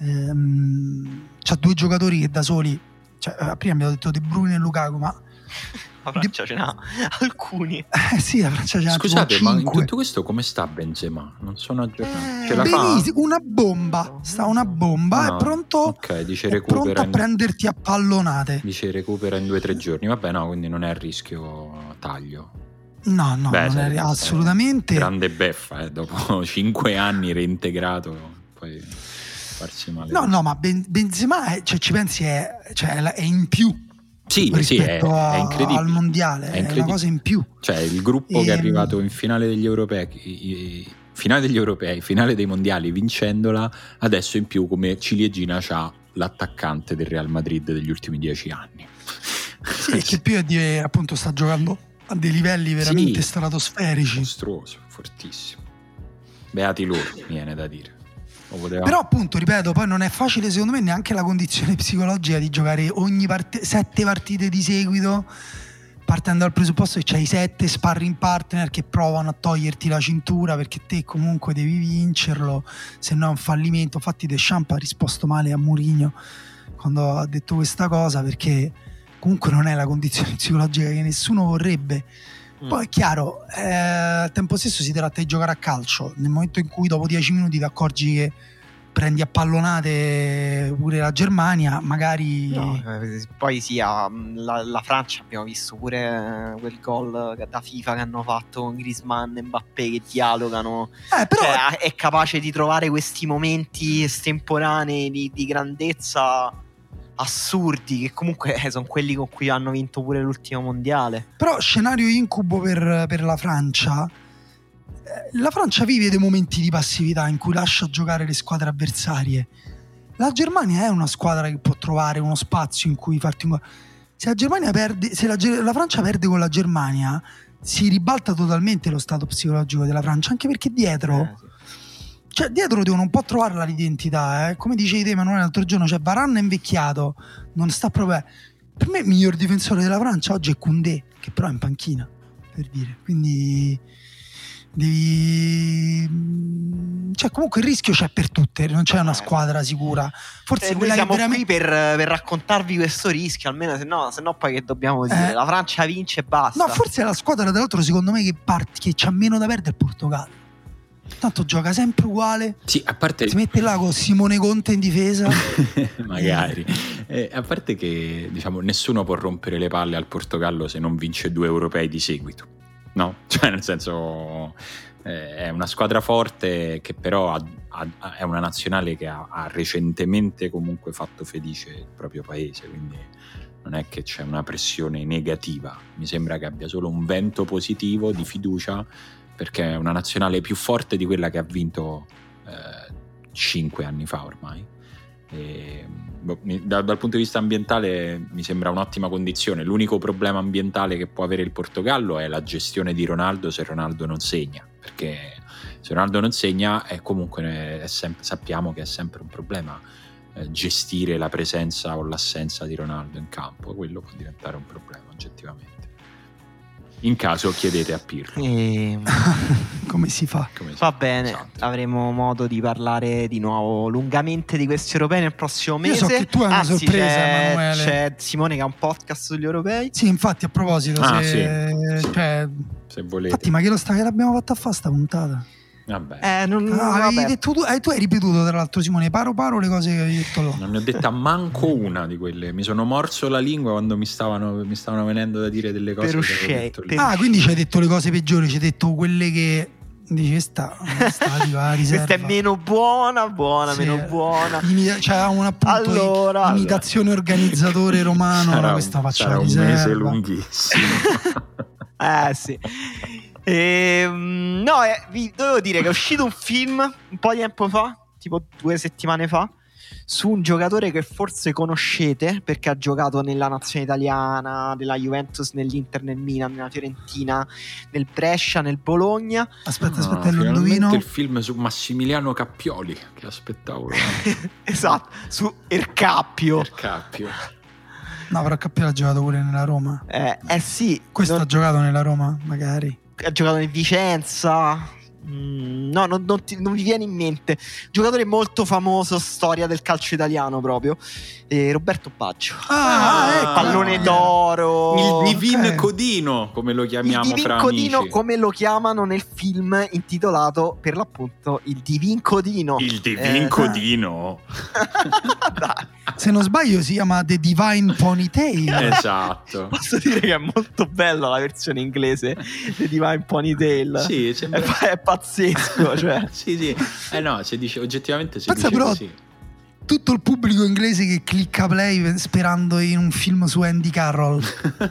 ehm, c'ha due giocatori che da soli, cioè, prima abbiamo detto De Bruyne e Lukaku, ma la Francia ce n'ha alcuni. Eh sì, la Francia ce n'ha. Scusate, tipo ma in cinque. tutto questo come sta Benzema? Non sono aggiornato. Eh, Ce la fa? Benissimo, una bomba, sta una bomba, No. è pronto, Ok, dice è recupera pronto a in- prenderti a pallonate. Dice recupera in due o tre giorni. Vabbè, no, quindi non è a rischio taglio. No, no, Beh, non sai, è assolutamente. Grande beffa, eh, dopo cinque anni reintegrato, poi farsi male. No, così. no, ma Ben- Benzema, è, cioè, ci pensi, è, cioè, è la- è in più Sì, sì, è, rispetto a- è incredibile. al mondiale, È è, una incredibile. cosa in più. Cioè, il gruppo che è Ehm. arrivato in finale degli europei, i- i- finale degli europei, finale dei mondiali, vincendola, adesso in più come ciliegina c'ha l'attaccante del Real Madrid degli ultimi dieci anni. Sì, e che più è di, appunto sta giocando a dei livelli veramente Sì. stratosferici. Mostruoso, fortissimo. Beati loro, mi viene da dire. Lo poteva- Però appunto, ripeto, poi non è facile secondo me neanche la condizione psicologica di giocare ogni parte, sette partite di seguito, partendo dal presupposto che c'hai sette sparring partner che provano a toglierti la cintura perché te comunque devi vincerlo, se no è un fallimento. Infatti Deschamps ha risposto male a Mourinho quando ha detto questa cosa, perché comunque non è la condizione psicologica che nessuno vorrebbe. Poi è chiaro, eh, al tempo stesso si tratta di giocare a calcio. Nel momento in cui dopo dieci minuti ti accorgi che prendi a pallonate pure la Germania, magari No, eh, poi sì, ah, la, la Francia abbiamo visto pure eh, quel gol che- da FIFA che hanno fatto con Griezmann e Mbappé che dialogano. eh, però Cioè, è capace di trovare questi momenti estemporanei di, di grandezza assurdi, che comunque eh, sono quelli con cui hanno vinto pure l'ultimo mondiale. Però scenario incubo per, per la Francia. Eh, La Francia vive dei momenti di passività in cui lascia giocare le squadre avversarie. La Germania è una squadra che può trovare uno spazio in cui farti un gol. Se la Germania perde, se la, Ge- la Francia perde con la Germania, si ribalta totalmente lo stato psicologico della Francia, anche perché dietro, Eh, sì. cioè dietro devono un po' trovare l'identità, eh. Come dicevi te Emanuele l'altro giorno, cioè Varane è invecchiato, non sta proprio. Per me il miglior difensore della Francia oggi è Koundé, che però è in panchina, per dire. Quindi devi, cioè comunque il rischio c'è per tutte, non c'è una squadra sicura. Forse Eh, noi quella che siamo veramente qui per, per raccontarvi questo rischio, almeno se no, se no poi che dobbiamo dire? Eh. La Francia vince e basta. No, forse è la squadra tra l'altro secondo me che parte, che c'ha meno da perdere, è il Portogallo. Tanto gioca sempre uguale, Sì, a parte si mette là con Simone Conte in difesa. magari. Eh, a parte che diciamo nessuno può rompere le palle al Portogallo se non vince due europei di seguito, no? Cioè nel senso eh, è una squadra forte che però ha, ha- è una nazionale che ha, ha recentemente comunque fatto felice il proprio paese, quindi non è che c'è una pressione negativa, mi sembra che abbia solo un vento positivo di fiducia, perché è una nazionale più forte di quella che ha vinto eh, cinque anni fa ormai. E, boh, mi- da- dal punto di vista ambientale mi sembra un'ottima condizione. L'unico problema ambientale che può avere il Portogallo è la gestione di Ronaldo se Ronaldo non segna, perché se Ronaldo non segna è comunque è sempre, sappiamo che è sempre un problema eh, gestire la presenza o l'assenza di Ronaldo in campo. Quello può diventare un problema oggettivamente. In caso chiedete a Pirlo. E... Come si fa? Come si- Va bene, Esatto. avremo modo di parlare di nuovo lungamente di questi europei nel prossimo Io mese. so che tu hai una Anzi, sorpresa, c'è, Emanuele. c'è Simone che ha un podcast sugli europei. Sì, infatti a proposito, Ah, se, sì. cioè, Se volete. infatti, ma che lo sta che l'abbiamo fatta a fare sta puntata? Vabbè. Eh, non, Ah, avevi vabbè. detto tu, eh, tu hai ripetuto tra l'altro Simone paro paro le cose che avevi detto là. Non ne ho detta manco una di quelle. Mi sono morso la lingua quando mi stavano, mi stavano venendo da dire delle cose Per che avevo uscire, detto lì. per- Ah, quindi ci hai detto le cose peggiori, ci hai detto quelle che dici sta, sta di va, riserva. Questa è meno buona, buona, Sì. meno buona. Imita- cioè, un appunto Allora, imitazione organizzatore romano, sarà, no, un, questa faccia sarà la un riserva. mese lunghissimo. Eh sì. Ehm, no, eh, vi dovevo dire che è uscito un film un po' di tempo fa, tipo due settimane fa, su un giocatore che forse conoscete perché ha giocato nella nazionale italiana, nella Juventus, nell'Inter, nel Milan, nella Fiorentina, nel Brescia, nel Bologna. Aspetta, Ah, aspetta, lo finalmente indovino. il film su Massimiliano Cappioli che aspettavo Esatto, su Ercappio. per Cappio. No, però Cappiello ha giocato pure nella Roma. Eh, eh sì, Questo non- ha giocato nella Roma, magari. ha giocato nel Vicenza. Mm, no, non, non, ti, non mi viene in mente. Giocatore molto famoso, storia del calcio italiano proprio. Eh, Roberto Baggio. Ah, ah ecco. Pallone d'oro. Il Divin ok. Codino, come lo chiamiamo Il Divin fra Codino, amici. come lo chiamano nel film intitolato per l'appunto Il Divin Codino. Il Divin Eh, Codino. dai. Se non sbaglio si chiama The Divine Ponytail. Esatto. Posso dire che è molto bella la versione inglese di Divine Ponytail. Sì, sembra... è, è pazzesco, cioè. sì, sì. Eh no, si dice oggettivamente si Pensa dice però- così. Tutto il pubblico inglese che clicca play sperando in un film su Andy Carroll.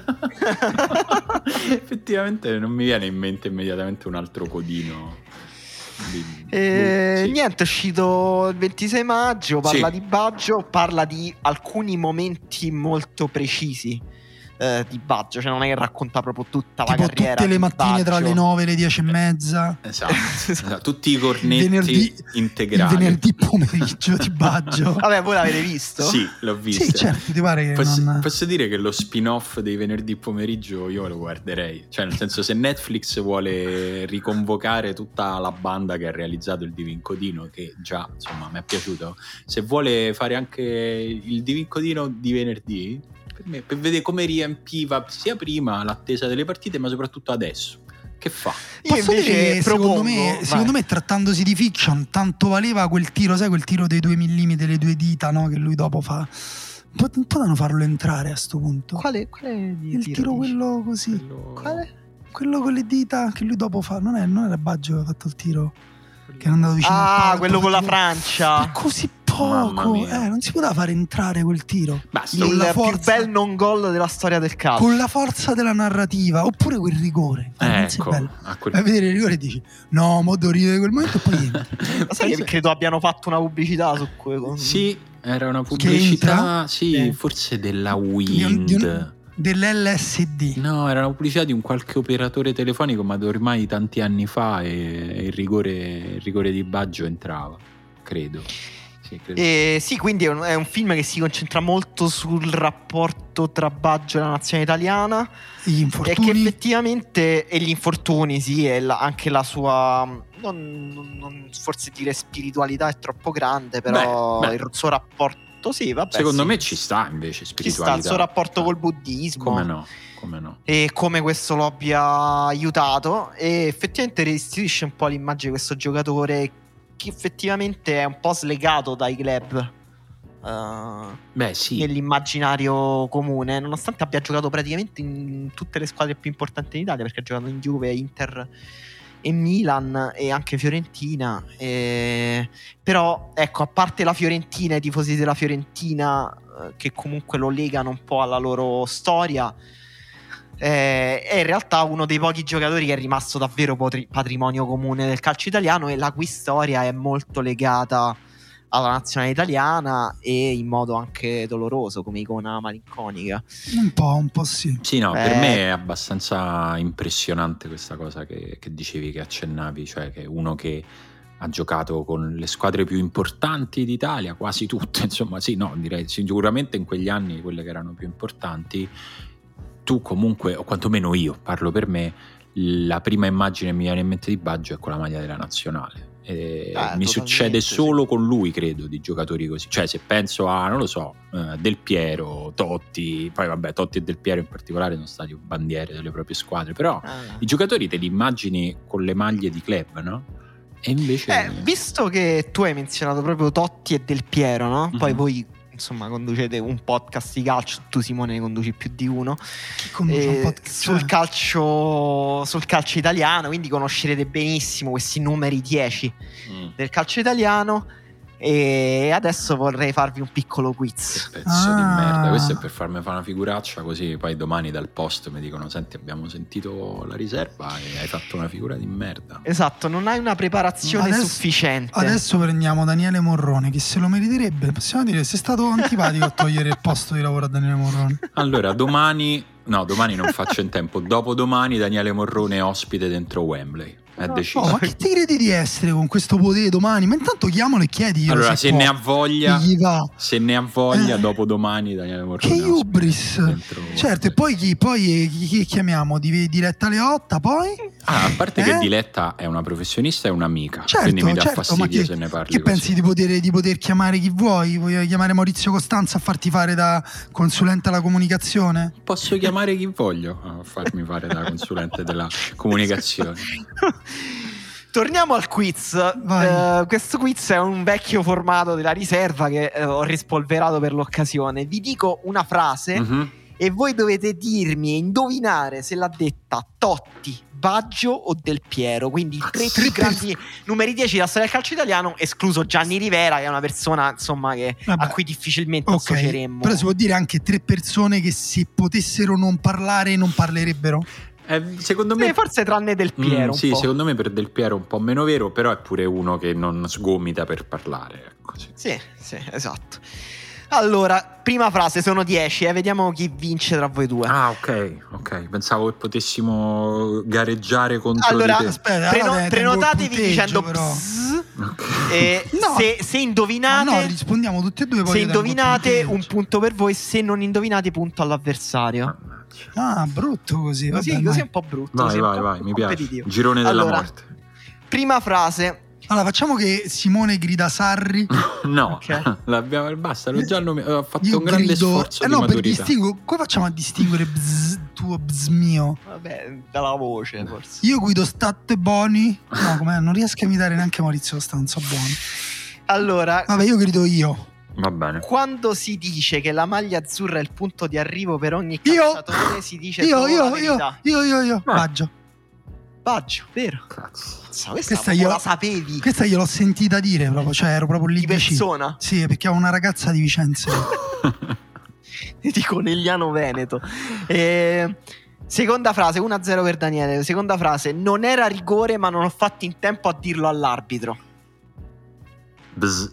Effettivamente non mi viene in mente immediatamente un altro codino. Di- E sì. niente, è uscito il ventisei maggio, parla Sì. di Baggio, parla di alcuni momenti molto precisi eh, di Baggio, cioè non è che racconta proprio tutta la Tipo carriera tutte le di mattine tra Baggio. le nove e le dieci e mezza. Esatto, esatto. Tutti i cornetti venerdì- integrali. Il venerdì pomeriggio di Baggio. Vabbè, voi l'avete visto? Sì, l'ho visto. Sì, certo, ti pare che Posso, non... posso dire che lo spin-off dei venerdì pomeriggio io lo guarderei. Cioè, nel senso, se Netflix vuole riconvocare tutta la banda che ha realizzato il Divin Codino, che già, insomma, mi è piaciuto, se vuole fare anche il Divin Codino di venerdì, per me, per vedere come riempiva sia prima l'attesa delle partite, ma soprattutto adesso. Che fa? Io Posso invece dire che secondo propongo- me, vai. secondo me, trattandosi di fiction, tanto valeva quel tiro, sai, quel tiro dei due millimetri, le due dita, no? Che lui dopo fa. Pot- Potevano farlo entrare a sto punto. Quale, quale di- Il tiro tiro dici? quello così. Quello- Quale? Quello con le dita che lui dopo fa. Non, è, non era Baggio che ha fatto il tiro. Che è andato vicino al Ah, palo, quello poi con la tipo- Francia. È così Mamma poco. mia. Eh, non si poteva fare entrare quel tiro. Basta, Con Il la più forza- bel non gol della storia del calcio. Con la forza della narrativa. Oppure quel rigore. Eh, non sei ecco, bello. a quel- Vai a vedere il rigore e dici no, mo devo ridere quel momento e poi entra. Ma sai che credo abbiano fatto una pubblicità su quello? Sì, era una pubblicità, entra? sì, Eh. forse della Di un- Wind. di un- dell'L S D. No, era una pubblicità di un qualche operatore telefonico, ma ormai tanti anni fa, e, e il, rigore, il rigore di Baggio entrava, credo. Sì, credo. Eh, sì, quindi è un, è un film che si concentra molto sul rapporto tra Baggio e la nazione italiana. Gli E che infortuni. effettivamente, e gli infortuni, sì, e la- anche la sua, non, non- non- forse dire spiritualità è troppo grande, però Beh, beh. il suo rapporto, sì, vabbè. Secondo sì. me ci sta invece Ci sta spiritualità. il suo rapporto col buddismo. Come no, come no. E come questo lo abbia aiutato, e effettivamente restituisce un po' l'immagine di questo giocatore che effettivamente è un po' slegato dai club eh, Beh sì, nell'immaginario comune, nonostante abbia giocato praticamente in tutte le squadre più importanti in Italia, perché ha giocato in Juve, Inter e Milan e anche Fiorentina. E... però ecco, a parte la Fiorentina, i tifosi della Fiorentina eh, che comunque lo legano un po' alla loro storia, eh, è in realtà uno dei pochi giocatori che è rimasto davvero potri- patrimonio comune del calcio italiano, e la cui storia è molto legata alla nazionale italiana e in modo anche doloroso, come icona malinconica. Un po', un po' sì. sì no, per Eh. me è abbastanza impressionante questa cosa che, che dicevi, che accennavi, cioè che uno che ha giocato con le squadre più importanti d'Italia, quasi tutte, insomma, sì, no, direi sicuramente in quegli anni quelle che erano più importanti. Tu comunque, o quantomeno io, parlo per me, la prima immagine che mi viene in mente di Baggio è con la maglia della nazionale. E Ah, mi totalmente, succede sì. solo con lui, credo, di giocatori così. Cioè, se penso a, non lo so, eh, Del Piero, Totti, poi vabbè, Totti e Del Piero in particolare sono stati bandiere delle proprie squadre, però Ah. i giocatori te li immagini con le maglie di club, no? E invece... Eh, visto che tu hai menzionato proprio Totti e Del Piero, no? Poi Mhm. voi insomma conducete un podcast di calcio, tu Simone ne conduci più di uno, Chi conduce un eh, podcast? sul calcio sul calcio italiano, quindi conoscerete benissimo questi numeri dieci Mm, del calcio italiano. E adesso vorrei farvi un piccolo quiz. che pezzo di Ah. merda. Questo è per farmi fare una figuraccia, così poi domani dal post mi dicono: senti, abbiamo sentito la riserva e hai fatto una figura di merda. Esatto, non hai una preparazione Adesso- sufficiente. Adesso prendiamo Daniele Morrone, che se lo meriterebbe. Possiamo dire, sei stato antipatico a togliere il posto di lavoro a Daniele Morrone. Allora, domani, no, domani non faccio in tempo. Dopodomani Daniele Morrone è ospite dentro Wembley. è no. deciso. Oh, ma che ti credi di essere con questo potere domani? Ma intanto chiamalo e chiedi. Allora, se, se ne ha voglia, se ne ha voglia, eh. dopo domani Daniele Morrone. Che hubris! Dentro, certo, e poi chi, poi chi, chi chiamiamo? Di Diletta Leotta, poi? Ah, a parte eh? che Diletta è una professionista e un'amica, certo, quindi mi dà certo, fastidio ma che, se ne parli che così. pensi di poter, di poter chiamare chi vuoi? Vuoi chiamare Maurizio Costanza a farti fare da consulente alla comunicazione? Posso chiamare chi voglio a farmi fare da consulente della comunicazione. Torniamo al quiz. Uh, questo quiz è un vecchio formato della riserva che uh, ho rispolverato per l'occasione. Vi dico una frase mm-hmm. e voi dovete dirmi e indovinare se l'ha detta Totti, Baggio o Del Piero. Quindi i tre più grandi numeri dieci della storia del calcio italiano, escluso Gianni Rivera, che è una persona insomma che, a cui difficilmente okay. associeremmo. Però si può dire anche tre persone che se potessero non parlare non parlerebbero. Eh, secondo me eh, forse tranne Del Piero mm, sì, po'. secondo me per Del Piero è un po' meno vero, però è pure uno che non sgomita per parlare, ecco, sì. Sì, sì, esatto. Allora, prima frase, sono dieci, eh, vediamo chi vince tra voi due. Ah, ok, ok. Pensavo che potessimo gareggiare contro allora, di te. Aspetta, Preno- allora prenotatevi punteggio, dicendo bzz, okay. e no, se, se indovinate no, rispondiamo tutti e due. Poi se indovinate un punto per voi, se non indovinate punto all'avversario. Ah, brutto così. Così, vabbè, così vai. è un po' brutto. Vai, così vai, po' vai, mi piace. allora, Girone della morte. Prima frase. Allora, facciamo che Simone grida Sarri. No, okay. l'abbiamo, basta, l'ho già nome- ho fatto Io un grande grido, sforzo eh di no, maturità. per distinguere, come facciamo a distinguere bzz tuo bzz mio? Vabbè, dalla voce forse. Io guido state boni. No, com'è? Non riesco a imitare neanche Maurizio Costanzo buoni. Allora, vabbè, io grido io. Va bene. Quando si dice che la maglia azzurra è il punto di arrivo per ogni io, calciatore, si dice io, solo io, la verità. io, io, io, io, Ah. Baggio. Baggio, vero? Cazzo. Questa, questa, Questa io la sapevi Questa gliel'ho sentita dire proprio, cioè ero proprio lì di vicino. persona? Sì, perché ho una ragazza di Vicenza. Di Conegliano Veneto. E... Seconda frase, uno a zero per Daniele. Seconda frase, non era rigore ma non ho fatto in tempo a dirlo all'arbitro. Bzz.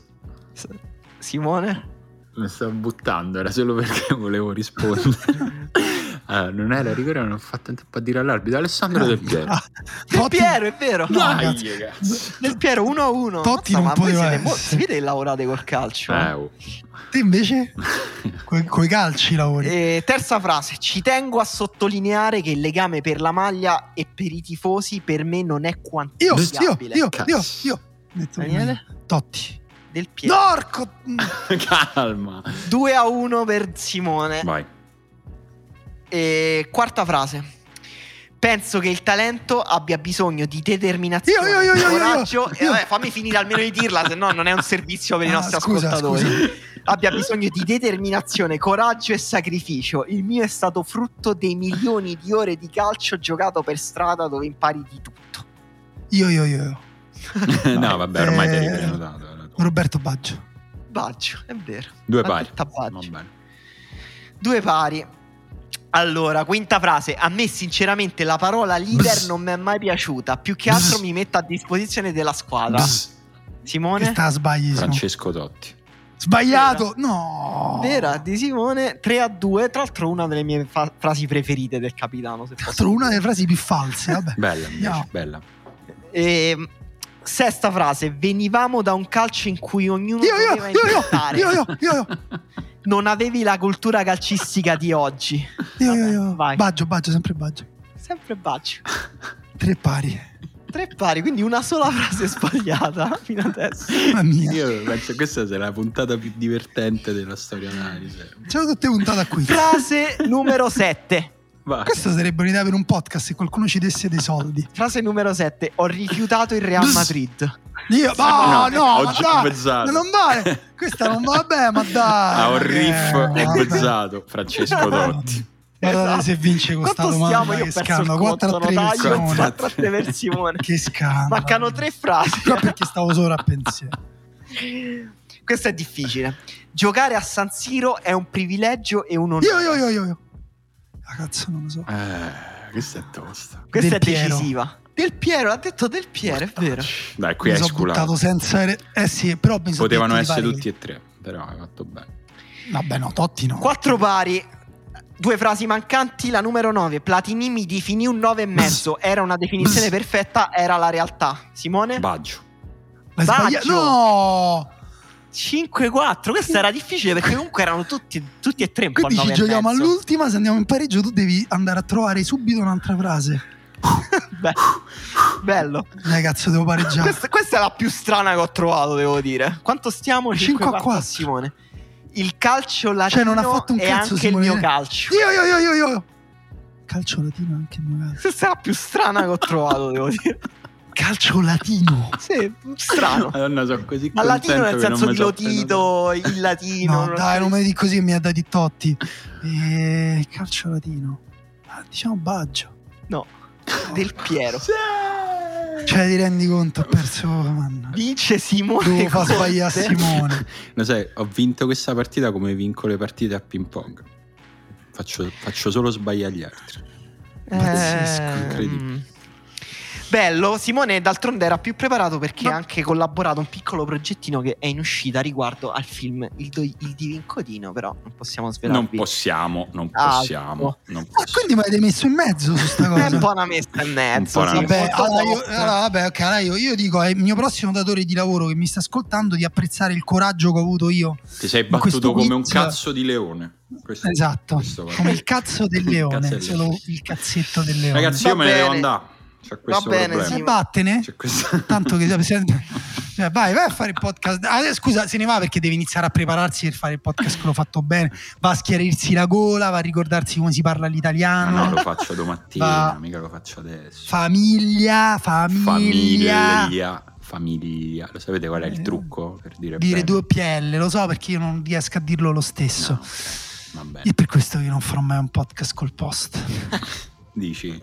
Simone? Mi stavo buttando, era solo perché volevo rispondere. Allora, non era rigore, non ho fatto in tempo a dire all'arbitro. Alessandro Del Piero. Ah, Del Totti- Piero, è vero. No, Dai, ragazzi. ragazzi. Del Piero uno a uno. Totti Mazza, non ma voi poteva siete mo- essere. si vede che lavorate col calcio. Eh, oh. Te invece coi, coi calci lavori. E terza frase, ci tengo a sottolineare che il legame per la maglia e per i tifosi per me non è Io, io, quantificabile. io, io, Cazzo. io. Ho detto Daniele? prima. Totti. Del Piero. Porco. Calma. due a uno per Simone. Vai. E quarta frase. Penso che il talento abbia bisogno di determinazione, Io, io, io, io, coraggio io, io. e vabbè, fammi finire almeno di dirla, se no non è un servizio per i Ah, nostri scusa, ascoltatori. scusa. Abbia bisogno di determinazione, coraggio e sacrificio. Il mio è stato frutto dei milioni di ore di calcio giocato per strada dove impari di tutto. Io, io, io. io. No, vabbè, ormai Eh, te l'hai prenotato. Roberto Baggio. Baggio, è vero. Due L'ha pari. detta Baggio. Va bene. Due pari. Allora, quinta frase. A me sinceramente la parola leader Bzz. non mi è mai piaciuta. Più che altro Bzz. mi mette a disposizione della squadra. Bzz. Simone? Che sta sbagliando. Francesco Totti. Sbagliato. No. Vera di Simone. tre a due. Tra l'altro una delle mie fa- frasi preferite del capitano, se Tra posso l'altro una dire. delle frasi più false, vabbè. Bella, invece, No. bella. E, sesta frase. Venivamo da un calcio in cui ognuno Io, io, doveva io, io, inventare. io, io, io, io. Non avevi la cultura calcistica di oggi. Io, Vabbè, io, io. vai. Baggio, Baggio, sempre Baggio. Sempre Baggio. Tre pari. Tre pari, quindi una sola frase sbagliata fino adesso. Mamma mia. Io penso che questa sia la puntata più divertente della storia analisi. Ce l'ho tutte puntate a qui. Frase numero sette. Vai. Questa sarebbe un'idea per un podcast se qualcuno ci desse dei soldi. Frase numero sette. Ho rifiutato il Real Bzz. Madrid. Io, No, no, no, ho ma già dai, bezzato. non vale. Questa non va bene, ma dai. Ah, un ma che- riff vabbè. ho bezzato. Francesco Totti. Guardate Esatto. se vince con sta Quanto domanda. stiamo? Io ho Che perso il scandalo. quattro a conto, tre per notaio, Simone. quattro a tre per Simone. Che scandalo. Mancano tre frasi. Però perché stavo solo a pensiero. Questo è difficile. Giocare a San Siro è un privilegio e un onore. Io, io, io, io, io. Ah, cazzo, non lo so. Eh, questa è tosta. Questa Del è Piero. decisiva. Del Piero, l'ha detto Del Piero, è vero. Dai, qui Mi hai sono buttato sculato. senza. ere- Eh sì, però mi sono Potevano detto di essere pari. tutti e tre, però hai fatto bene. Vabbè, no, Totti no. Quattro pari. Due frasi mancanti, la numero nove. Platini mi definì un nove e mezzo. Era una definizione perfetta, era la realtà. Simone? Baggio. L'hai sbagliato? No! cinque quattro. Questa era difficile perché comunque erano tutti, tutti e tre un Quindi po' ci nove e giochiamo mezzo. all'ultima, se andiamo in pareggio tu devi andare a trovare subito un'altra frase. Beh, bello. Dai cazzo, devo pareggiare. Questa, questa è la più strana che ho trovato, devo dire. Quanto stiamo? cinque a quattro. Simone. Il calcio latino Cioè non ha fatto un è cazzo anche Simone. il mio calcio. Io io io io io calcio latino è anche il mio calcio. Questa è la più strana che ho trovato, devo dire. Calcio latino. Sì, strano. Madonna, sono così Ma latino nel contento che senso non di mi so lotito, il latino. No, dai, non me di così, mi ha dato i Totti. E... calcio latino. Ah, diciamo Baggio. No, Del Piero. Cioè, ti rendi conto, ho perso. Man. Vince Simone. Devo far Conte. sbagliare Simone. Lo sai, ho vinto questa partita come vinco le partite a ping pong. Faccio, faccio solo sbagliare gli altri. Pazzesco, Eh, incredibile. Bello, Simone d'altronde era più preparato perché No. ha anche collaborato a un piccolo progettino che è in uscita riguardo al film Il, Do- il Divincodino, però non possiamo svelarvi. Non possiamo, non Altro. possiamo. Non Ah, possiamo. quindi mi avete messo in mezzo su sta È cosa. un po' una messa e mezzo. Un po' sì, una Vabbè, molto allora io, soft. allora, vabbè, ok, allora io, io dico al mio prossimo datore di lavoro che mi sta ascoltando di apprezzare il coraggio che ho avuto io. Ti sei in questo battuto come un quiz. cazzo di leone. Questo- Esatto, questo va come bene. il cazzo del Il leone, cazzo del solo leone. il cazzetto del leone. Ragazzi, Va io me ne devo bene. andare. C'è questo Va bene, problema. sì. Eh, vattene. C'è questo... Tanto che cioè, vai, vai a fare il podcast. Ah, scusa, se ne va perché deve iniziare a prepararsi per fare il podcast che l'ho fatto bene. Va a schiarirsi la gola, va a ricordarsi come si parla l'italiano. Ma no, lo faccio domattina, Va- mica lo faccio adesso. Famiglia, famiglia. Famiglia. Famiglia. Lo sapete qual è il Eh, trucco per dire Dire bene? due P L, lo so perché io non riesco a dirlo lo stesso. No, ok, va bene. E per questo io non farò mai un podcast col post. Dici?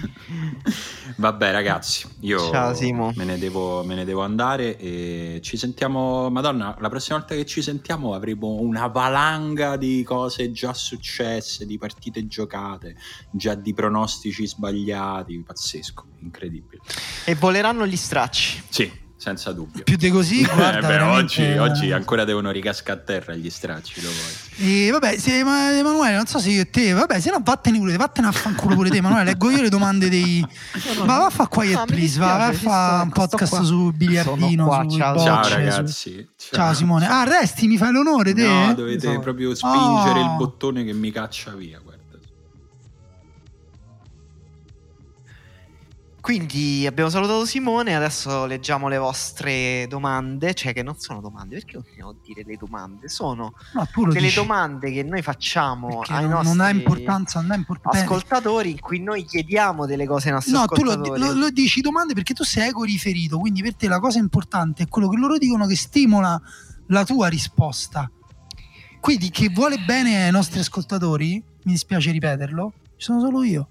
Vabbè ragazzi, io Ciao, Simo. me ne, devo, me ne devo andare e ci sentiamo, Madonna, la prossima volta che ci sentiamo avremo una valanga di cose già successe, di partite giocate, già di pronostici sbagliati, pazzesco, incredibile. E voleranno gli stracci. Sì, senza dubbio. Più di così, Eh, guarda, beh, veramente- oggi, oggi ancora devono ricascare a terra gli stracci. Lo vuoi. E vabbè, se, ma, Emanuele, non so se io e te, vabbè, se no vattene pure, vattene a fanculo pure te, Emanuele. Leggo io le domande dei. Ma va a fa quiet, Ah, mi please, va, va a dispiace, fa ci sto- un sto podcast qua. su biliardino, Sono qua, sui ciao. bocce, Ciao su- ragazzi. Ciao Simone. Ah, resti, mi fai l'onore te? No, dovete Sono- proprio spingere Oh. il bottone che mi caccia via, guarda. Quindi abbiamo salutato Simone, adesso leggiamo le vostre domande, cioè che non sono domande, perché continuiamo a dire le domande? Sono No, tu lo delle dici, domande che noi facciamo perché ai non, nostri non ha importanza, non ha importanza. ascoltatori, in cui noi chiediamo delle cose ai nostri No, tu lo, ascoltatori. lo- lo dici domande perché tu sei ego riferito, quindi per te la cosa importante è quello che loro dicono che stimola la tua risposta. Quindi che vuole bene ai nostri ascoltatori, mi dispiace ripeterlo, ci sono solo io.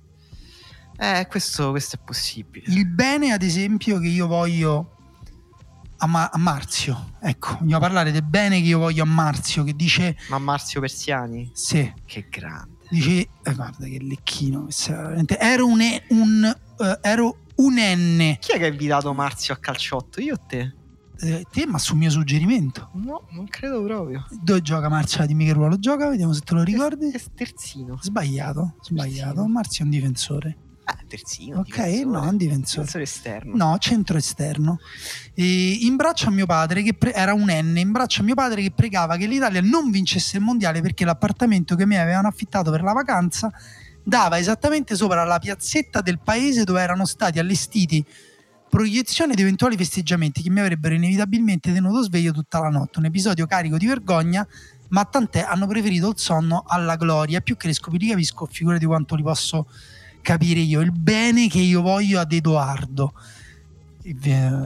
Eh, questo, questo è possibile. Il bene, ad esempio, che io voglio a, Ma- a Marzio, ecco, vogliamo parlare del bene che io voglio a Marzio, che dice Ma Marzio Persiani? sì, Che grande. dice eh, guarda che lecchino, questo è veramente- ero un, e- un eh, ero un N Chi è che ha invitato Marzio a calciotto? Io o te? eh, te, ma sul mio suggerimento. No, non credo proprio. Dove gioca Marzio? Dimmi che ruolo gioca, vediamo se te lo ricordi. È terzino. Sbagliato, sbagliato. Terzino. Marzio è un difensore. Ah, terzino. Ok, no, è un difensore. Difensore esterno. No, centro esterno. E in braccio a mio padre, che pre- era un N, in braccio a mio padre che pregava che l'Italia non vincesse il mondiale perché l'appartamento che mi avevano affittato per la vacanza dava esattamente sopra la piazzetta del paese dove erano stati allestiti proiezioni di eventuali festeggiamenti che mi avrebbero inevitabilmente tenuto sveglio tutta la notte. Un episodio carico di vergogna, ma tant'è, hanno preferito il sonno alla gloria. Più cresco, più li capisco, figurati quanto li posso capire io. Il bene che io voglio ad Edoardo, il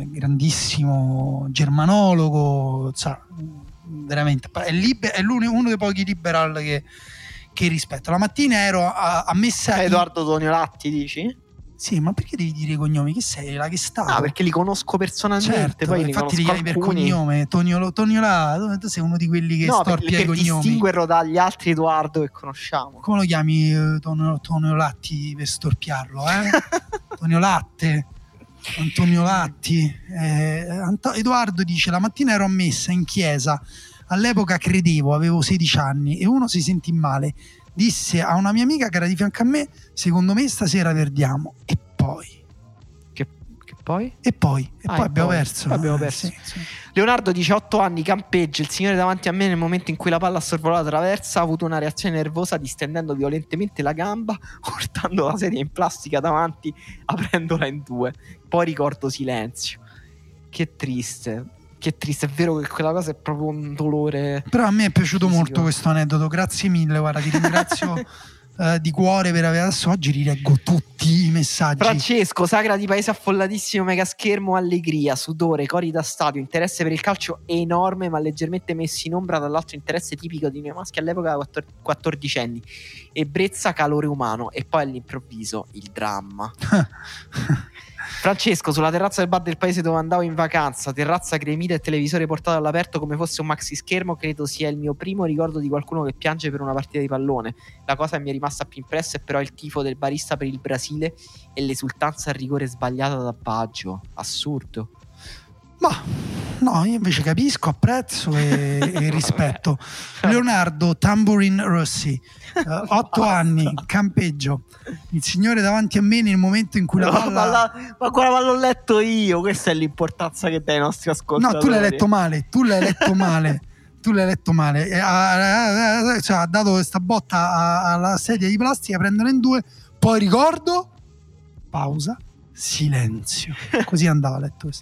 grandissimo germanologo, sa, veramente è, liber- è l'uni- uno dei pochi liberal che, che rispetto. La mattina ero a, a messa. Edoardo Toniolatti, dici? Sì, ma perché devi dire i cognomi? Che sei? La che sta? Ah, perché li conosco personalmente. Certo, poi ne infatti li conosco chiami per alcuni. cognome. Toniolo, Toniola, tu sei uno di quelli che No, per, storpia i per cognomi. distinguerlo dagli altri Edoardo che conosciamo. Come lo chiami eh, Tonio, Tonio Latti per storpiarlo? Eh? Tonio Latte, Antonio Latti. Eh, Anto- Edoardo dice: la mattina ero a messa in chiesa all'epoca credevo, avevo sedici anni, e uno si sentì male, disse a una mia amica che era di fianco a me: secondo me stasera perdiamo. E poi Che, che poi? e poi e Ah, poi e abbiamo poi. perso, Poi abbiamo Eh, perso. sì, sì. Leonardo, diciotto anni, campeggio, il signore davanti a me nel momento in cui la palla ha sorvolato la traversa ha avuto una reazione nervosa distendendo violentemente la gamba, urtando la sedia in plastica davanti, aprendola in due. Poi ricordo silenzio. Che triste, che triste, è vero che quella cosa è proprio un dolore. Però a me è piaciuto fisico. molto questo aneddoto, grazie mille, guarda, ti ringrazio eh, di cuore per aver. Adesso oggi rileggo tutti i messaggi. Francesco, sagra di paese affollatissimo, mega schermo, allegria, sudore, cori da stadio, interesse per il calcio enorme ma leggermente messo in ombra dall'altro interesse tipico di noi maschi all'epoca da quattordici anni, ebbrezza, calore umano e poi all'improvviso il dramma. Francesco, sulla terrazza del bar del paese dove andavo in vacanza, terrazza gremita e televisore portato all'aperto come fosse un maxi schermo, credo sia il mio primo ricordo di qualcuno che piange per una partita di pallone. La cosa che mi è rimasta più impressa è però il tifo del barista per il Brasile e l'esultanza al rigore sbagliata da Baggio. Assurdo. Ma no, io invece capisco, apprezzo e, e rispetto. Leonardo Tambourine Rossi, uh, otto anni, campeggio, il signore davanti a me nel momento in cui la No, palla... ma, la, ma quella l'ho letto io, questa è l'importanza che dai ai nostri ascoltatori. No, tu l'hai letto male, tu l'hai letto male, tu l'hai letto male. E ha, cioè, ha dato questa botta a- alla sedia di plastica, prendola in due, poi ricordo, pausa, silenzio. Così andava letto questo.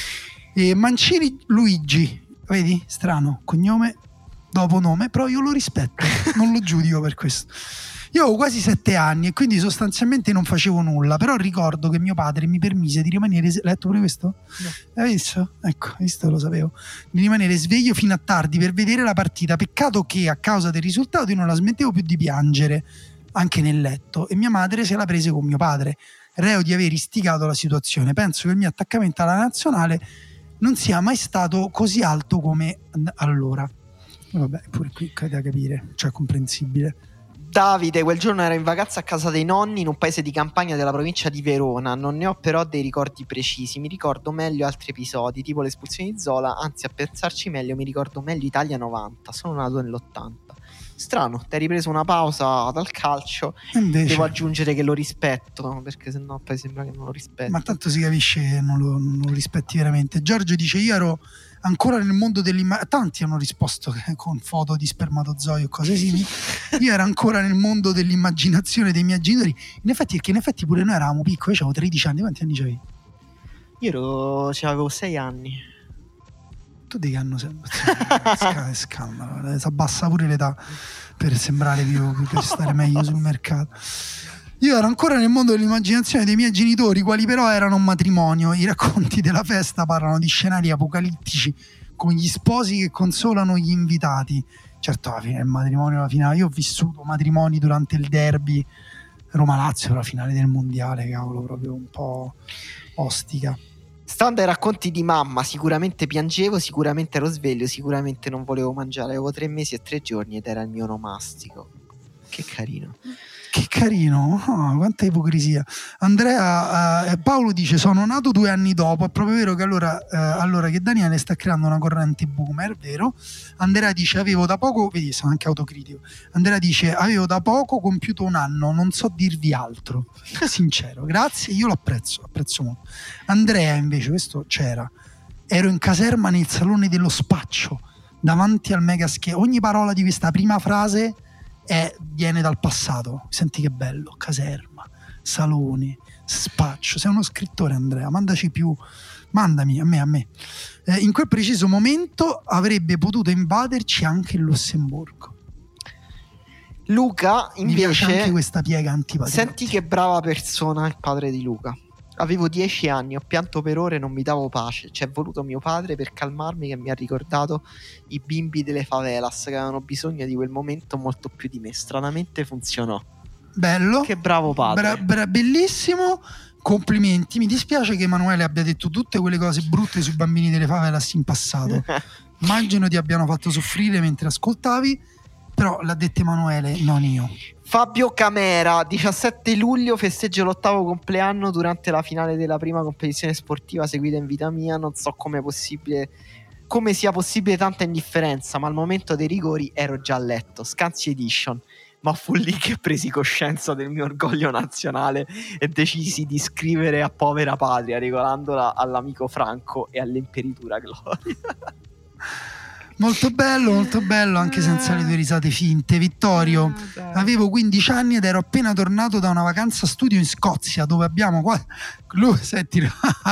E Mancini Luigi, vedi? Strano, cognome dopo nome, però io lo rispetto, non lo giudico per questo. Io avevo quasi sette anni e quindi sostanzialmente non facevo nulla, però ricordo che mio padre mi permise di rimanere... Hai letto pure questo? No. Hai visto? Ecco, hai visto, lo sapevo. Di rimanere sveglio fino a tardi per vedere la partita. Peccato che a causa del risultato io non la smettevo più di piangere, anche nel letto, e mia madre se la prese con mio padre, reo di aver istigato la situazione. Penso che il mio attaccamento alla nazionale non sia mai stato così alto come allora. Vabbè, pure qui è da capire, cioè comprensibile. Davide, quel giorno era in vacanza a casa dei nonni in un paese di campagna della provincia di Verona. Non ne ho però dei ricordi precisi. Mi ricordo meglio altri episodi, tipo l'espulsione di Zola. Anzi, a pensarci meglio, mi ricordo meglio Italia novanta. Sono nato nell'ottanta. Strano, ti hai ripreso una pausa dal calcio. Invece, devo aggiungere che lo rispetto, perché sennò poi sembra che non lo rispetti. ma tanto si capisce che non lo, non lo rispetti veramente. Giorgio dice: io ero ancora nel mondo dell'immaginazione. Tanti hanno risposto con foto di spermatozoi o cose simili. Io ero ancora nel mondo dell'immaginazione dei miei genitori. In effetti, perché in effetti pure noi eravamo piccoli. Io avevo tredici anni. Quanti anni c'avevi? Io ero, cioè, avevo sei anni. Tu di che anno sei? È scandalo, si abbassa pure l'età per sembrare più, per stare meglio sul mercato. Io ero ancora nel mondo dell'immaginazione dei miei genitori, quali però erano un matrimonio. I racconti della festa parlano di scenari apocalittici con gli sposi che consolano gli invitati. Certo, alla fine il matrimonio, la finale. Io ho vissuto matrimoni durante il derby Roma-Lazio, la finale del mondiale, cavolo, proprio un po' ostica. Stando ai racconti di mamma, sicuramente piangevo, sicuramente ero sveglio, sicuramente non volevo mangiare. Avevo tre mesi e tre giorni ed era il mio onomastico. Che carino. Che carino, oh, quanta ipocrisia. Andrea eh, Paolo dice: sono nato due anni dopo. È proprio vero che allora, eh, allora che Daniele sta creando una corrente boomer, vero? Andrea dice: avevo da poco, vedi, sono anche autocritico. Andrea dice: avevo da poco compiuto un anno, non so dirvi altro. Sincero, grazie, io lo apprezzo, apprezzo molto. Andrea invece, questo c'era, ero in caserma nel salone dello spaccio, davanti al mega schermo. Ogni parola di questa prima frase è, viene dal passato. Senti che bello, caserma, salone, spaccio. Sei uno scrittore, Andrea, mandaci più, mandami a me, a me. Eh, in quel preciso momento avrebbe potuto invaderci anche il Lussemburgo. Luca Mi piace invece, anche questa piega antipatriottica. senti che brava persona il padre di Luca. Avevo dieci anni, ho pianto per ore e non mi davo pace. C'è voluto mio padre per calmarmi, che mi ha ricordato i bimbi delle favelas che avevano bisogno di quel momento molto più di me. Stranamente funzionò. Bello. Che bravo padre. Bra- bra- bellissimo. Complimenti. Mi dispiace che Emanuele abbia detto tutte quelle cose brutte sui bambini delle favelas in passato. Immagino ti abbiano fatto soffrire mentre ascoltavi, però l'ha detto Emanuele, non io. Fabio Camera, diciassette luglio, festeggio l'ottavo compleanno durante la finale della prima competizione sportiva seguita in vita mia. Non so come è possibile come sia possibile tanta indifferenza, ma al momento dei rigori ero già a letto. Scanzi Edition. Ma fu lì che presi coscienza del mio orgoglio nazionale e decisi di scrivere a Povera Patria, regolandola all'amico Franco e all'imperitura Gloria. Molto bello, molto bello, anche senza le tue risate finte. Vittorio, avevo quindici anni ed ero appena tornato da una vacanza studio in Scozia, dove abbiamo quasi... Lui, senti,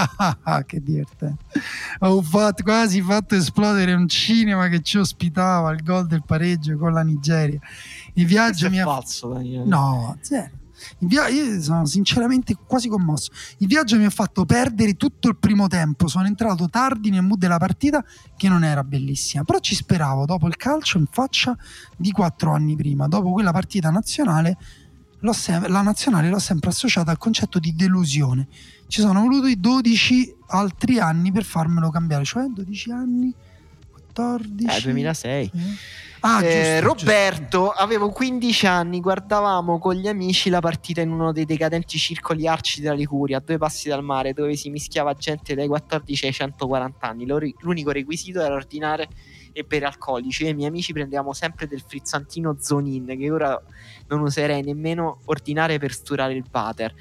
che divertente. Ho fatto, quasi fatto esplodere un cinema che ci ospitava, il gol del pareggio con la Nigeria. Il viaggio mi ha... falso, Daniele. No, zero. Il via- io sono sinceramente quasi commosso. Il viaggio mi ha fatto perdere tutto il primo tempo. Sono entrato tardi nel mood della partita, che non era bellissima, però ci speravo dopo il calcio in faccia di quattro anni prima. Dopo quella partita nazionale, l'ho sem- la nazionale l'ho sempre associata al concetto di delusione. Ci sono voluti dodici altri anni per farmelo cambiare, cioè dodici anni, quattordici Eh, duemilasei. Sì. Ah, eh, giusto, Roberto, giusto. avevo quindici anni, guardavamo con gli amici la partita in uno dei decadenti circoli arci della Liguria, a due passi dal mare, dove si mischiava gente dai quattordici ai centoquaranta anni. L'unico requisito era ordinare e bere alcolici, e i miei amici prendevamo sempre del frizzantino Zonin, che ora non userei nemmeno ordinare per sturare il water,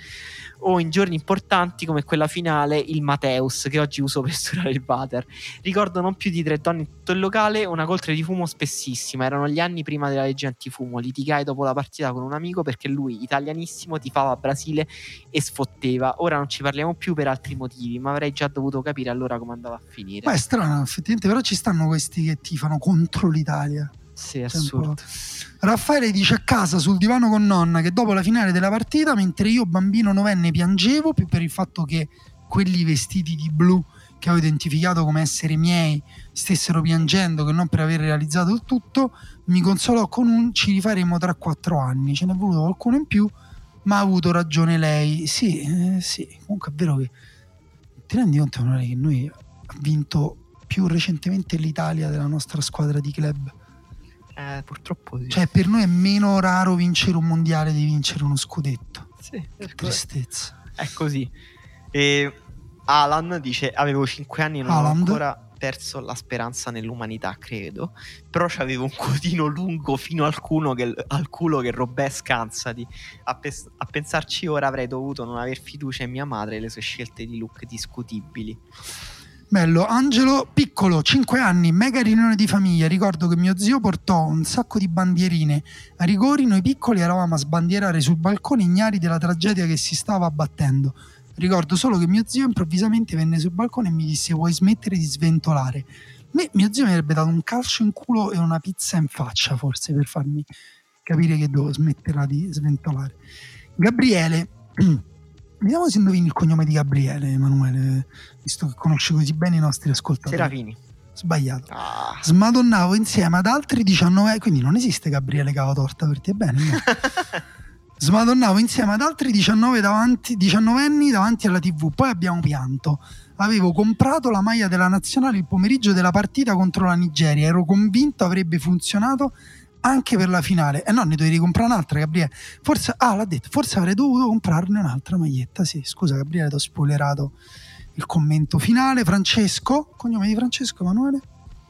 o in giorni importanti come quella finale il Mateus, che oggi uso per sturare il water. Ricordo non più di tre donne in tutto il locale, una coltre di fumo spessissima. Erano gli anni prima della legge antifumo. Litigai dopo la partita con un amico perché lui, italianissimo, tifava Brasile e sfotteva. Ora non ci parliamo più per altri motivi, ma avrei già dovuto capire allora come andava a finire. Ma è strano effettivamente, però ci stanno questi che tifano contro l'Italia. Sì, è assurdo. Raffaele dice: a casa sul divano con nonna, che dopo la finale della partita, mentre io bambino novenne piangevo più per il fatto che quelli vestiti di blu che ho identificato come essere miei stessero piangendo che non per aver realizzato il tutto, mi consolò con un ci rifaremo tra quattro anni. Ce n'è voluto qualcuno in più, ma ha avuto ragione lei. Sì, eh, sì, comunque è vero che ti rendi conto, Manuele, che noi ha vinto più recentemente l'Italia della nostra squadra di club. Eh, purtroppo sì. Cioè per noi è meno raro vincere un mondiale di vincere uno scudetto. Sì, che tristezza. È così. E Alan dice: avevo cinque anni e non Haaland. ho ancora perso la speranza nell'umanità, credo, però c'avevo un codino lungo fino al culo che, al culo che Robè scansati. A, pe- a pensarci ora avrei dovuto non aver fiducia in mia madre e le sue scelte di look discutibili. Bello. Angelo piccolo, cinque anni, mega riunione di famiglia. Ricordo che mio zio portò un sacco di bandierine. A rigori noi piccoli eravamo a sbandierare sul balcone, ignari della tragedia che si stava abbattendo. Ricordo solo che mio zio improvvisamente venne sul balcone e mi disse: vuoi smettere di sventolare? Me, mio zio mi avrebbe dato un calcio in culo e una pizza in faccia, forse, per farmi capire che devo smetterla di sventolare. Gabriele, vediamo se indovini il cognome di Gabriele, Emanuele, visto che conosci così bene i nostri ascoltatori. Serafini. Sbagliato. Ah. Smadonnavo insieme ad altri diciannove, quindi non esiste Gabriele Cavatorta per te, bene? No? Smadonnavo insieme ad altri diciannove davanti, diciannovenni davanti alla tivù, poi abbiamo pianto. Avevo comprato la maglia della nazionale il pomeriggio della partita contro la Nigeria, ero convinto avrebbe funzionato anche per la finale. E eh no, ne dovevi comprare un'altra, Gabriele. Forse, ah, l'ha detto, forse avrei dovuto comprarne un'altra maglietta. Sì, scusa Gabriele, ti ho spoilerato il commento finale. Francesco, cognome di Francesco, Emanuele?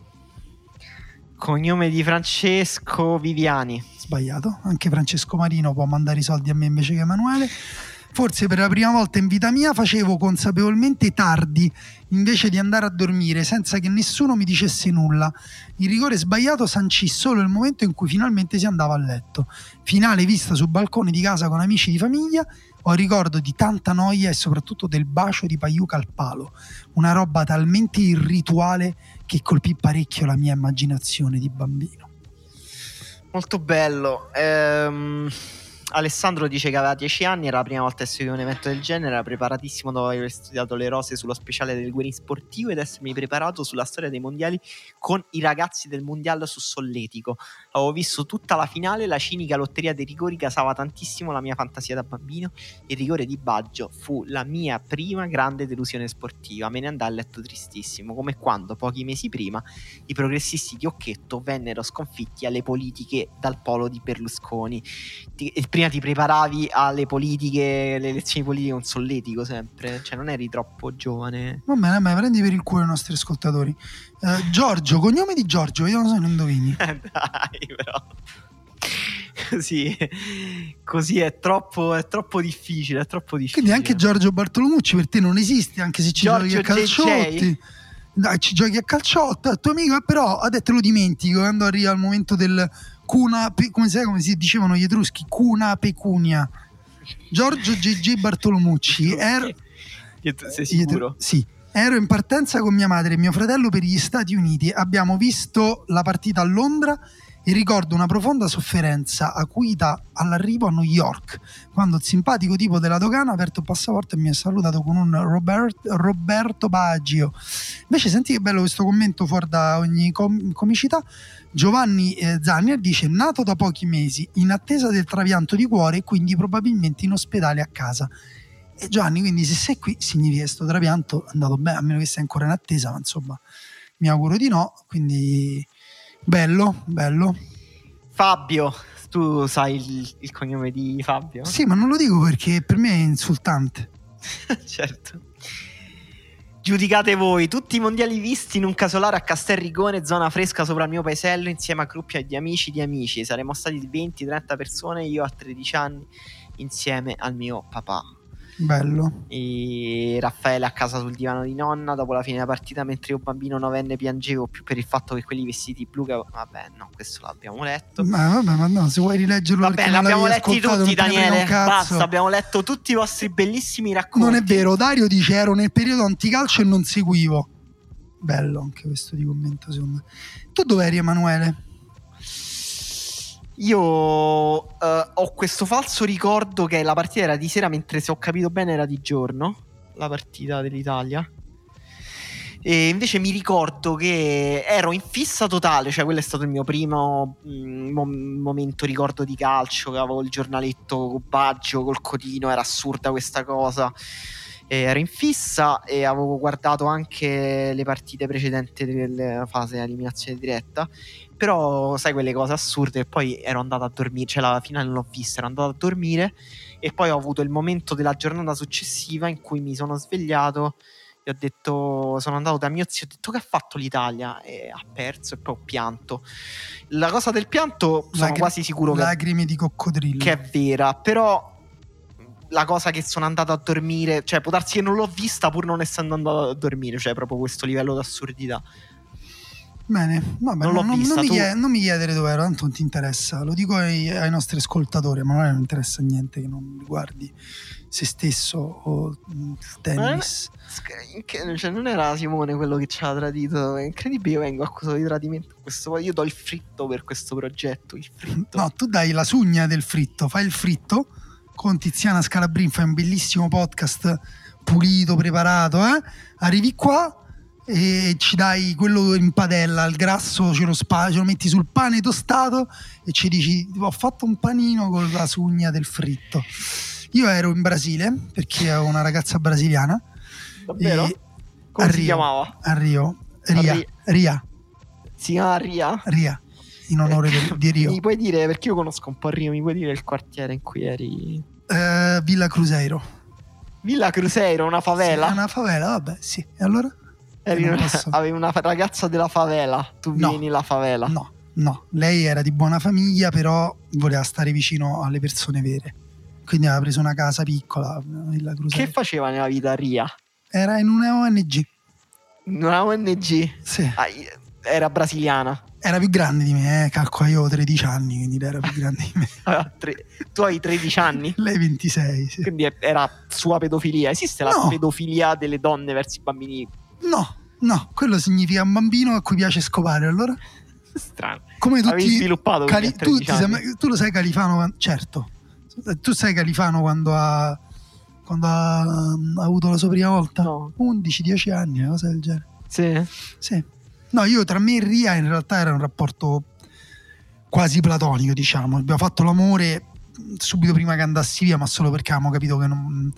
Cognome di Francesco Viviani. Sbagliato, anche Francesco Marino può mandare i soldi a me invece che Emanuele. Forse per la prima volta in vita mia facevo consapevolmente tardi invece di andare a dormire senza che nessuno mi dicesse nulla. Il rigore sbagliato sancì solo il momento in cui finalmente si andava a letto. Finale vista sul balcone di casa con amici di famiglia. Ho ricordo di tanta noia e soprattutto del bacio di Paiuca al palo, una roba talmente irrituale che colpì parecchio la mia immaginazione di bambino. Molto bello. ehm... Alessandro dice che aveva dieci anni, era la prima volta che seguiva un evento del genere, era preparatissimo dopo aver studiato le rose sullo speciale del Guerin sportivo ed essermi preparato sulla storia dei mondiali con i ragazzi del mondiale su Solletico. Avevo visto tutta la finale, la cinica lotteria dei rigori gasava tantissimo la mia fantasia da bambino. Il rigore di Baggio fu la mia prima grande delusione sportiva, me ne andai a letto tristissimo, come quando pochi mesi prima i progressisti di Occhetto vennero sconfitti alle politiche dal polo di Berlusconi. Il prima ti preparavi alle politiche, le elezioni politiche con Solletico sempre, cioè non eri troppo giovane. Va bene, vabbè, prendi per il culo i nostri ascoltatori. uh, Giorgio, cognome di Giorgio, vediamo se non indovini. Dai però così così è troppo è troppo difficile, è troppo difficile. Quindi anche Giorgio Bartolomucci per te non esiste, anche se ci Giorgio giochi a calciotti. Dai, ci giochi a calciotto, il tuo amico, però adesso te lo dimentichi quando arriva il momento del cuna, come si, come si dicevano gli etruschi, cuna pecunia. Giorgio G G Bartolomucci. Ero, sei sicuro? Sì. Ero in partenza con mia madre e mio fratello per gli Stati Uniti. Abbiamo visto la partita a Londra e ricordo una profonda sofferenza acuita all'arrivo a New York, quando il simpatico tipo della dogana ha aperto il passaporto e mi ha salutato con un Robert, Roberto Baggio. Invece senti che bello questo commento fuori da ogni com- comicità. Giovanni eh, Zannier dice: nato da pochi mesi, in attesa del trapianto di cuore e quindi probabilmente in ospedale a casa. E Giovanni, quindi se sei qui significa che sto trapianto è andato bene, a meno che sei ancora in attesa, ma insomma mi auguro di no, quindi bello, bello. Fabio, tu sai il, il cognome di Fabio? Sì, ma non lo dico perché per me è insultante. Certo. Giudicate voi, tutti i mondiali visti in un casolare a Castelrigone, zona fresca sopra il mio paesello, insieme a gruppi di amici di amici. Saremmo stati venti trenta persone, io a tredici anni, insieme al mio papà. Bello. E Raffaele a casa sul divano di nonna dopo la fine della partita, mentre io bambino novenne piangevo più per il fatto che quelli vestiti blu che... vabbè no, questo l'abbiamo letto. Ma vabbè, ma no, se vuoi rileggerlo, vabbè, l'abbiamo letti tutti, Daniele, basta, abbiamo letto tutti i vostri bellissimi racconti. Non è vero, Dario dice ero nel periodo anticalcio e non seguivo. Bello anche questo di commento, secondo me. Tu dov'eri, Emanuele? Io uh, ho questo falso ricordo che la partita era di sera, mentre se ho capito bene era di giorno, la partita dell'Italia. E invece mi ricordo che ero in fissa totale, cioè quello è stato il mio primo mm, mom- momento ricordo di calcio, che avevo il giornaletto con Baggio, col codino, era assurda questa cosa. E ero in fissa e avevo guardato anche le partite precedenti della fase di eliminazione diretta. Però sai quelle cose assurde, e poi ero andato a dormire, cioè la finale non l'ho vista, ero andato a dormire e poi ho avuto il momento della giornata successiva in cui mi sono svegliato e ho detto, sono andato da mio zio, ho detto che ha fatto l'Italia e ha perso, e poi ho pianto. La cosa del pianto sono Lagri- quasi sicuro che, lacrime di coccodrillo, che è vera, però la cosa che sono andato a dormire, cioè può darsi che non l'ho vista pur non essendo andato a dormire, cioè proprio questo livello di assurdità. Bene, vabbè, non l'ho non, vista, non, mi tu... chied- non mi chiedere dove ero, tanto non ti interessa. Lo dico ai, ai nostri ascoltatori, ma non interessa niente che non riguardi se stesso o il tennis. Eh, cioè, non era Simone quello che ci ha tradito. È incredibile, io vengo accusato di tradimento. Questo, io do il fritto per questo progetto. Il fritto. No, tu dai la sugna del fritto, fai il fritto con Tiziana Scalabrin, fai un bellissimo podcast pulito, preparato, eh? Arrivi qua e ci dai quello in padella, il grasso ce lo, spa- ce lo metti sul pane tostato e ci dici ho fatto un panino con la sugna del fritto. Io ero in Brasile perché avevo una ragazza brasiliana. Davvero? Come a si Rio, chiamava? a Rio Ria, A Ri- Ria si chiama Ria? Ria in onore eh, di, di Rio. Mi puoi dire, perché io conosco un po' Rio, mi puoi dire il quartiere in cui eri? Eh, Villa Cruzeiro. Villa Cruzeiro, una favela? Sì, una favela, vabbè, sì. E allora? Una, avevi una ragazza della favela, tu no, vieni la favela. No, no, lei era di buona famiglia, però voleva stare vicino alle persone vere. Quindi aveva preso una casa piccola, Villa Cruzeiro. Che faceva nella vita Ria? Era in una O N G. In una O N G? Sì. Ah, era brasiliana. Era più grande di me, eh, calcola, io avevo tredici anni, quindi era più grande di me. Ah, tre... Tu hai tredici anni? Lei ventisei, sì. Quindi era sua pedofilia. Esiste la no. pedofilia delle donne verso i bambini? No, no, quello significa un bambino a cui piace scopare, allora? Strano. Come tutti avevi sviluppato Cali- tu, sei, tu lo sai Califano, certo. Tu sai Califano quando ha quando ha, ha avuto la sua prima volta? No. undici dieci anni, una cosa del genere. Sì. Sì. No, io tra me e Ria in realtà era un rapporto quasi platonico, diciamo. Abbiamo fatto l'amore subito prima che andassi via, ma solo perché avevamo capito che non...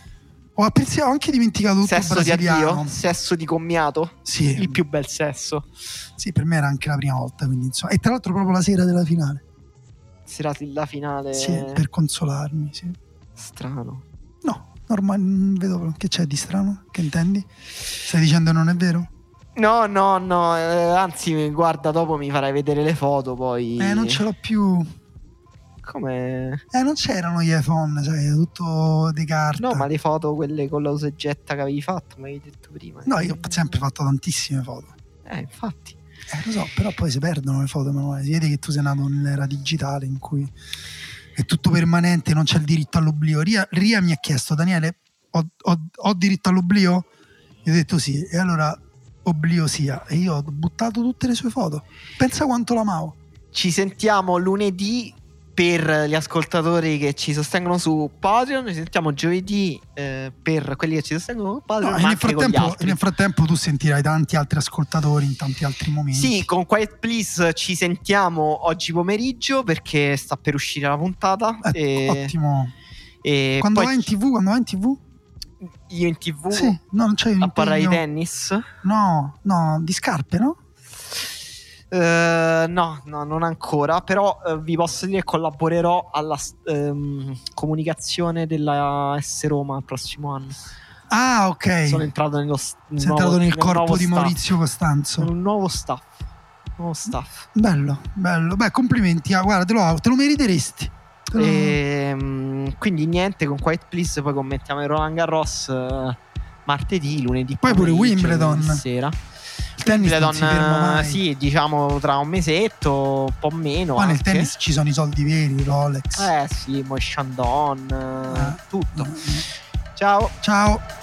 Ho, ho anche dimenticato tutto sesso il brasiliano. Di addio? Sesso di commiato? Sì. Il più bel sesso. Sì, per me era anche la prima volta, quindi insomma. E tra l'altro proprio la sera della finale. Sera la finale. Sì, per consolarmi, sì. Strano. No, normale, non vedo che c'è di strano. Che intendi? Stai dicendo non è vero? No, no, no, eh, anzi, guarda, dopo mi farai vedere le foto, poi... Eh, non ce l'ho più. Come? Eh, non c'erano gli iPhone, cioè, tutto di carta. No, ma le foto, quelle con la usegetta che avevi fatto, mi avevi detto prima. No, io ho sempre fatto tantissime foto. Eh, infatti. Eh, lo so, però poi si perdono le foto, Emanuele. Si vede che tu sei nato nell'era digitale in cui è tutto permanente, non c'è il diritto all'oblio. Ria, Ria mi ha chiesto, Daniele, ho, ho, ho diritto all'oblio? Io ho detto sì, e allora oblio sia. E io ho buttato tutte le sue foto. Pensa quanto l'amavo. Ci sentiamo lunedì per gli ascoltatori che ci sostengono su Patreon. Ci sentiamo giovedì eh, per quelli che ci sostengono su Patreon. No, ma e nel anche con gli frattempo, altri. nel frattempo tu sentirai tanti altri ascoltatori in tanti altri momenti. Sì, con Quiet Please ci sentiamo oggi pomeriggio perché sta per uscire la puntata. Eh, e, ottimo. e Quando poi vai in tv? Quando vai in tv? io in tv Sì, no, non c'è un a parlare di impegno- tennis. No, no, di scarpe, no? Eh, no, no, non ancora. Però eh, vi posso dire che collaborerò alla ehm, comunicazione della S Roma il prossimo anno. Ah, ok. Sono entrato nello s- Sei nuovo- entrato nel nel corpo nuovo di staff. Maurizio Costanzo. Un nuovo staff. Nuovo staff. Bello, bello. Beh, complimenti. Ah, guarda, te lo, te lo meriteresti. Te lo- Ehm, quindi niente, con Quiet Please poi commentiamo il Roland Garros eh, martedì, lunedì Poi pure pomeriggio, Wimbledon. lunedì sera. Il tennis non Wimbledon, si ferma mai. sì, diciamo tra un mesetto, un po' meno. Poi nel anche. tennis ci sono i soldi veri, Rolex. Eh sì, poi Shandon, Eh. tutto. Eh. Ciao. Ciao.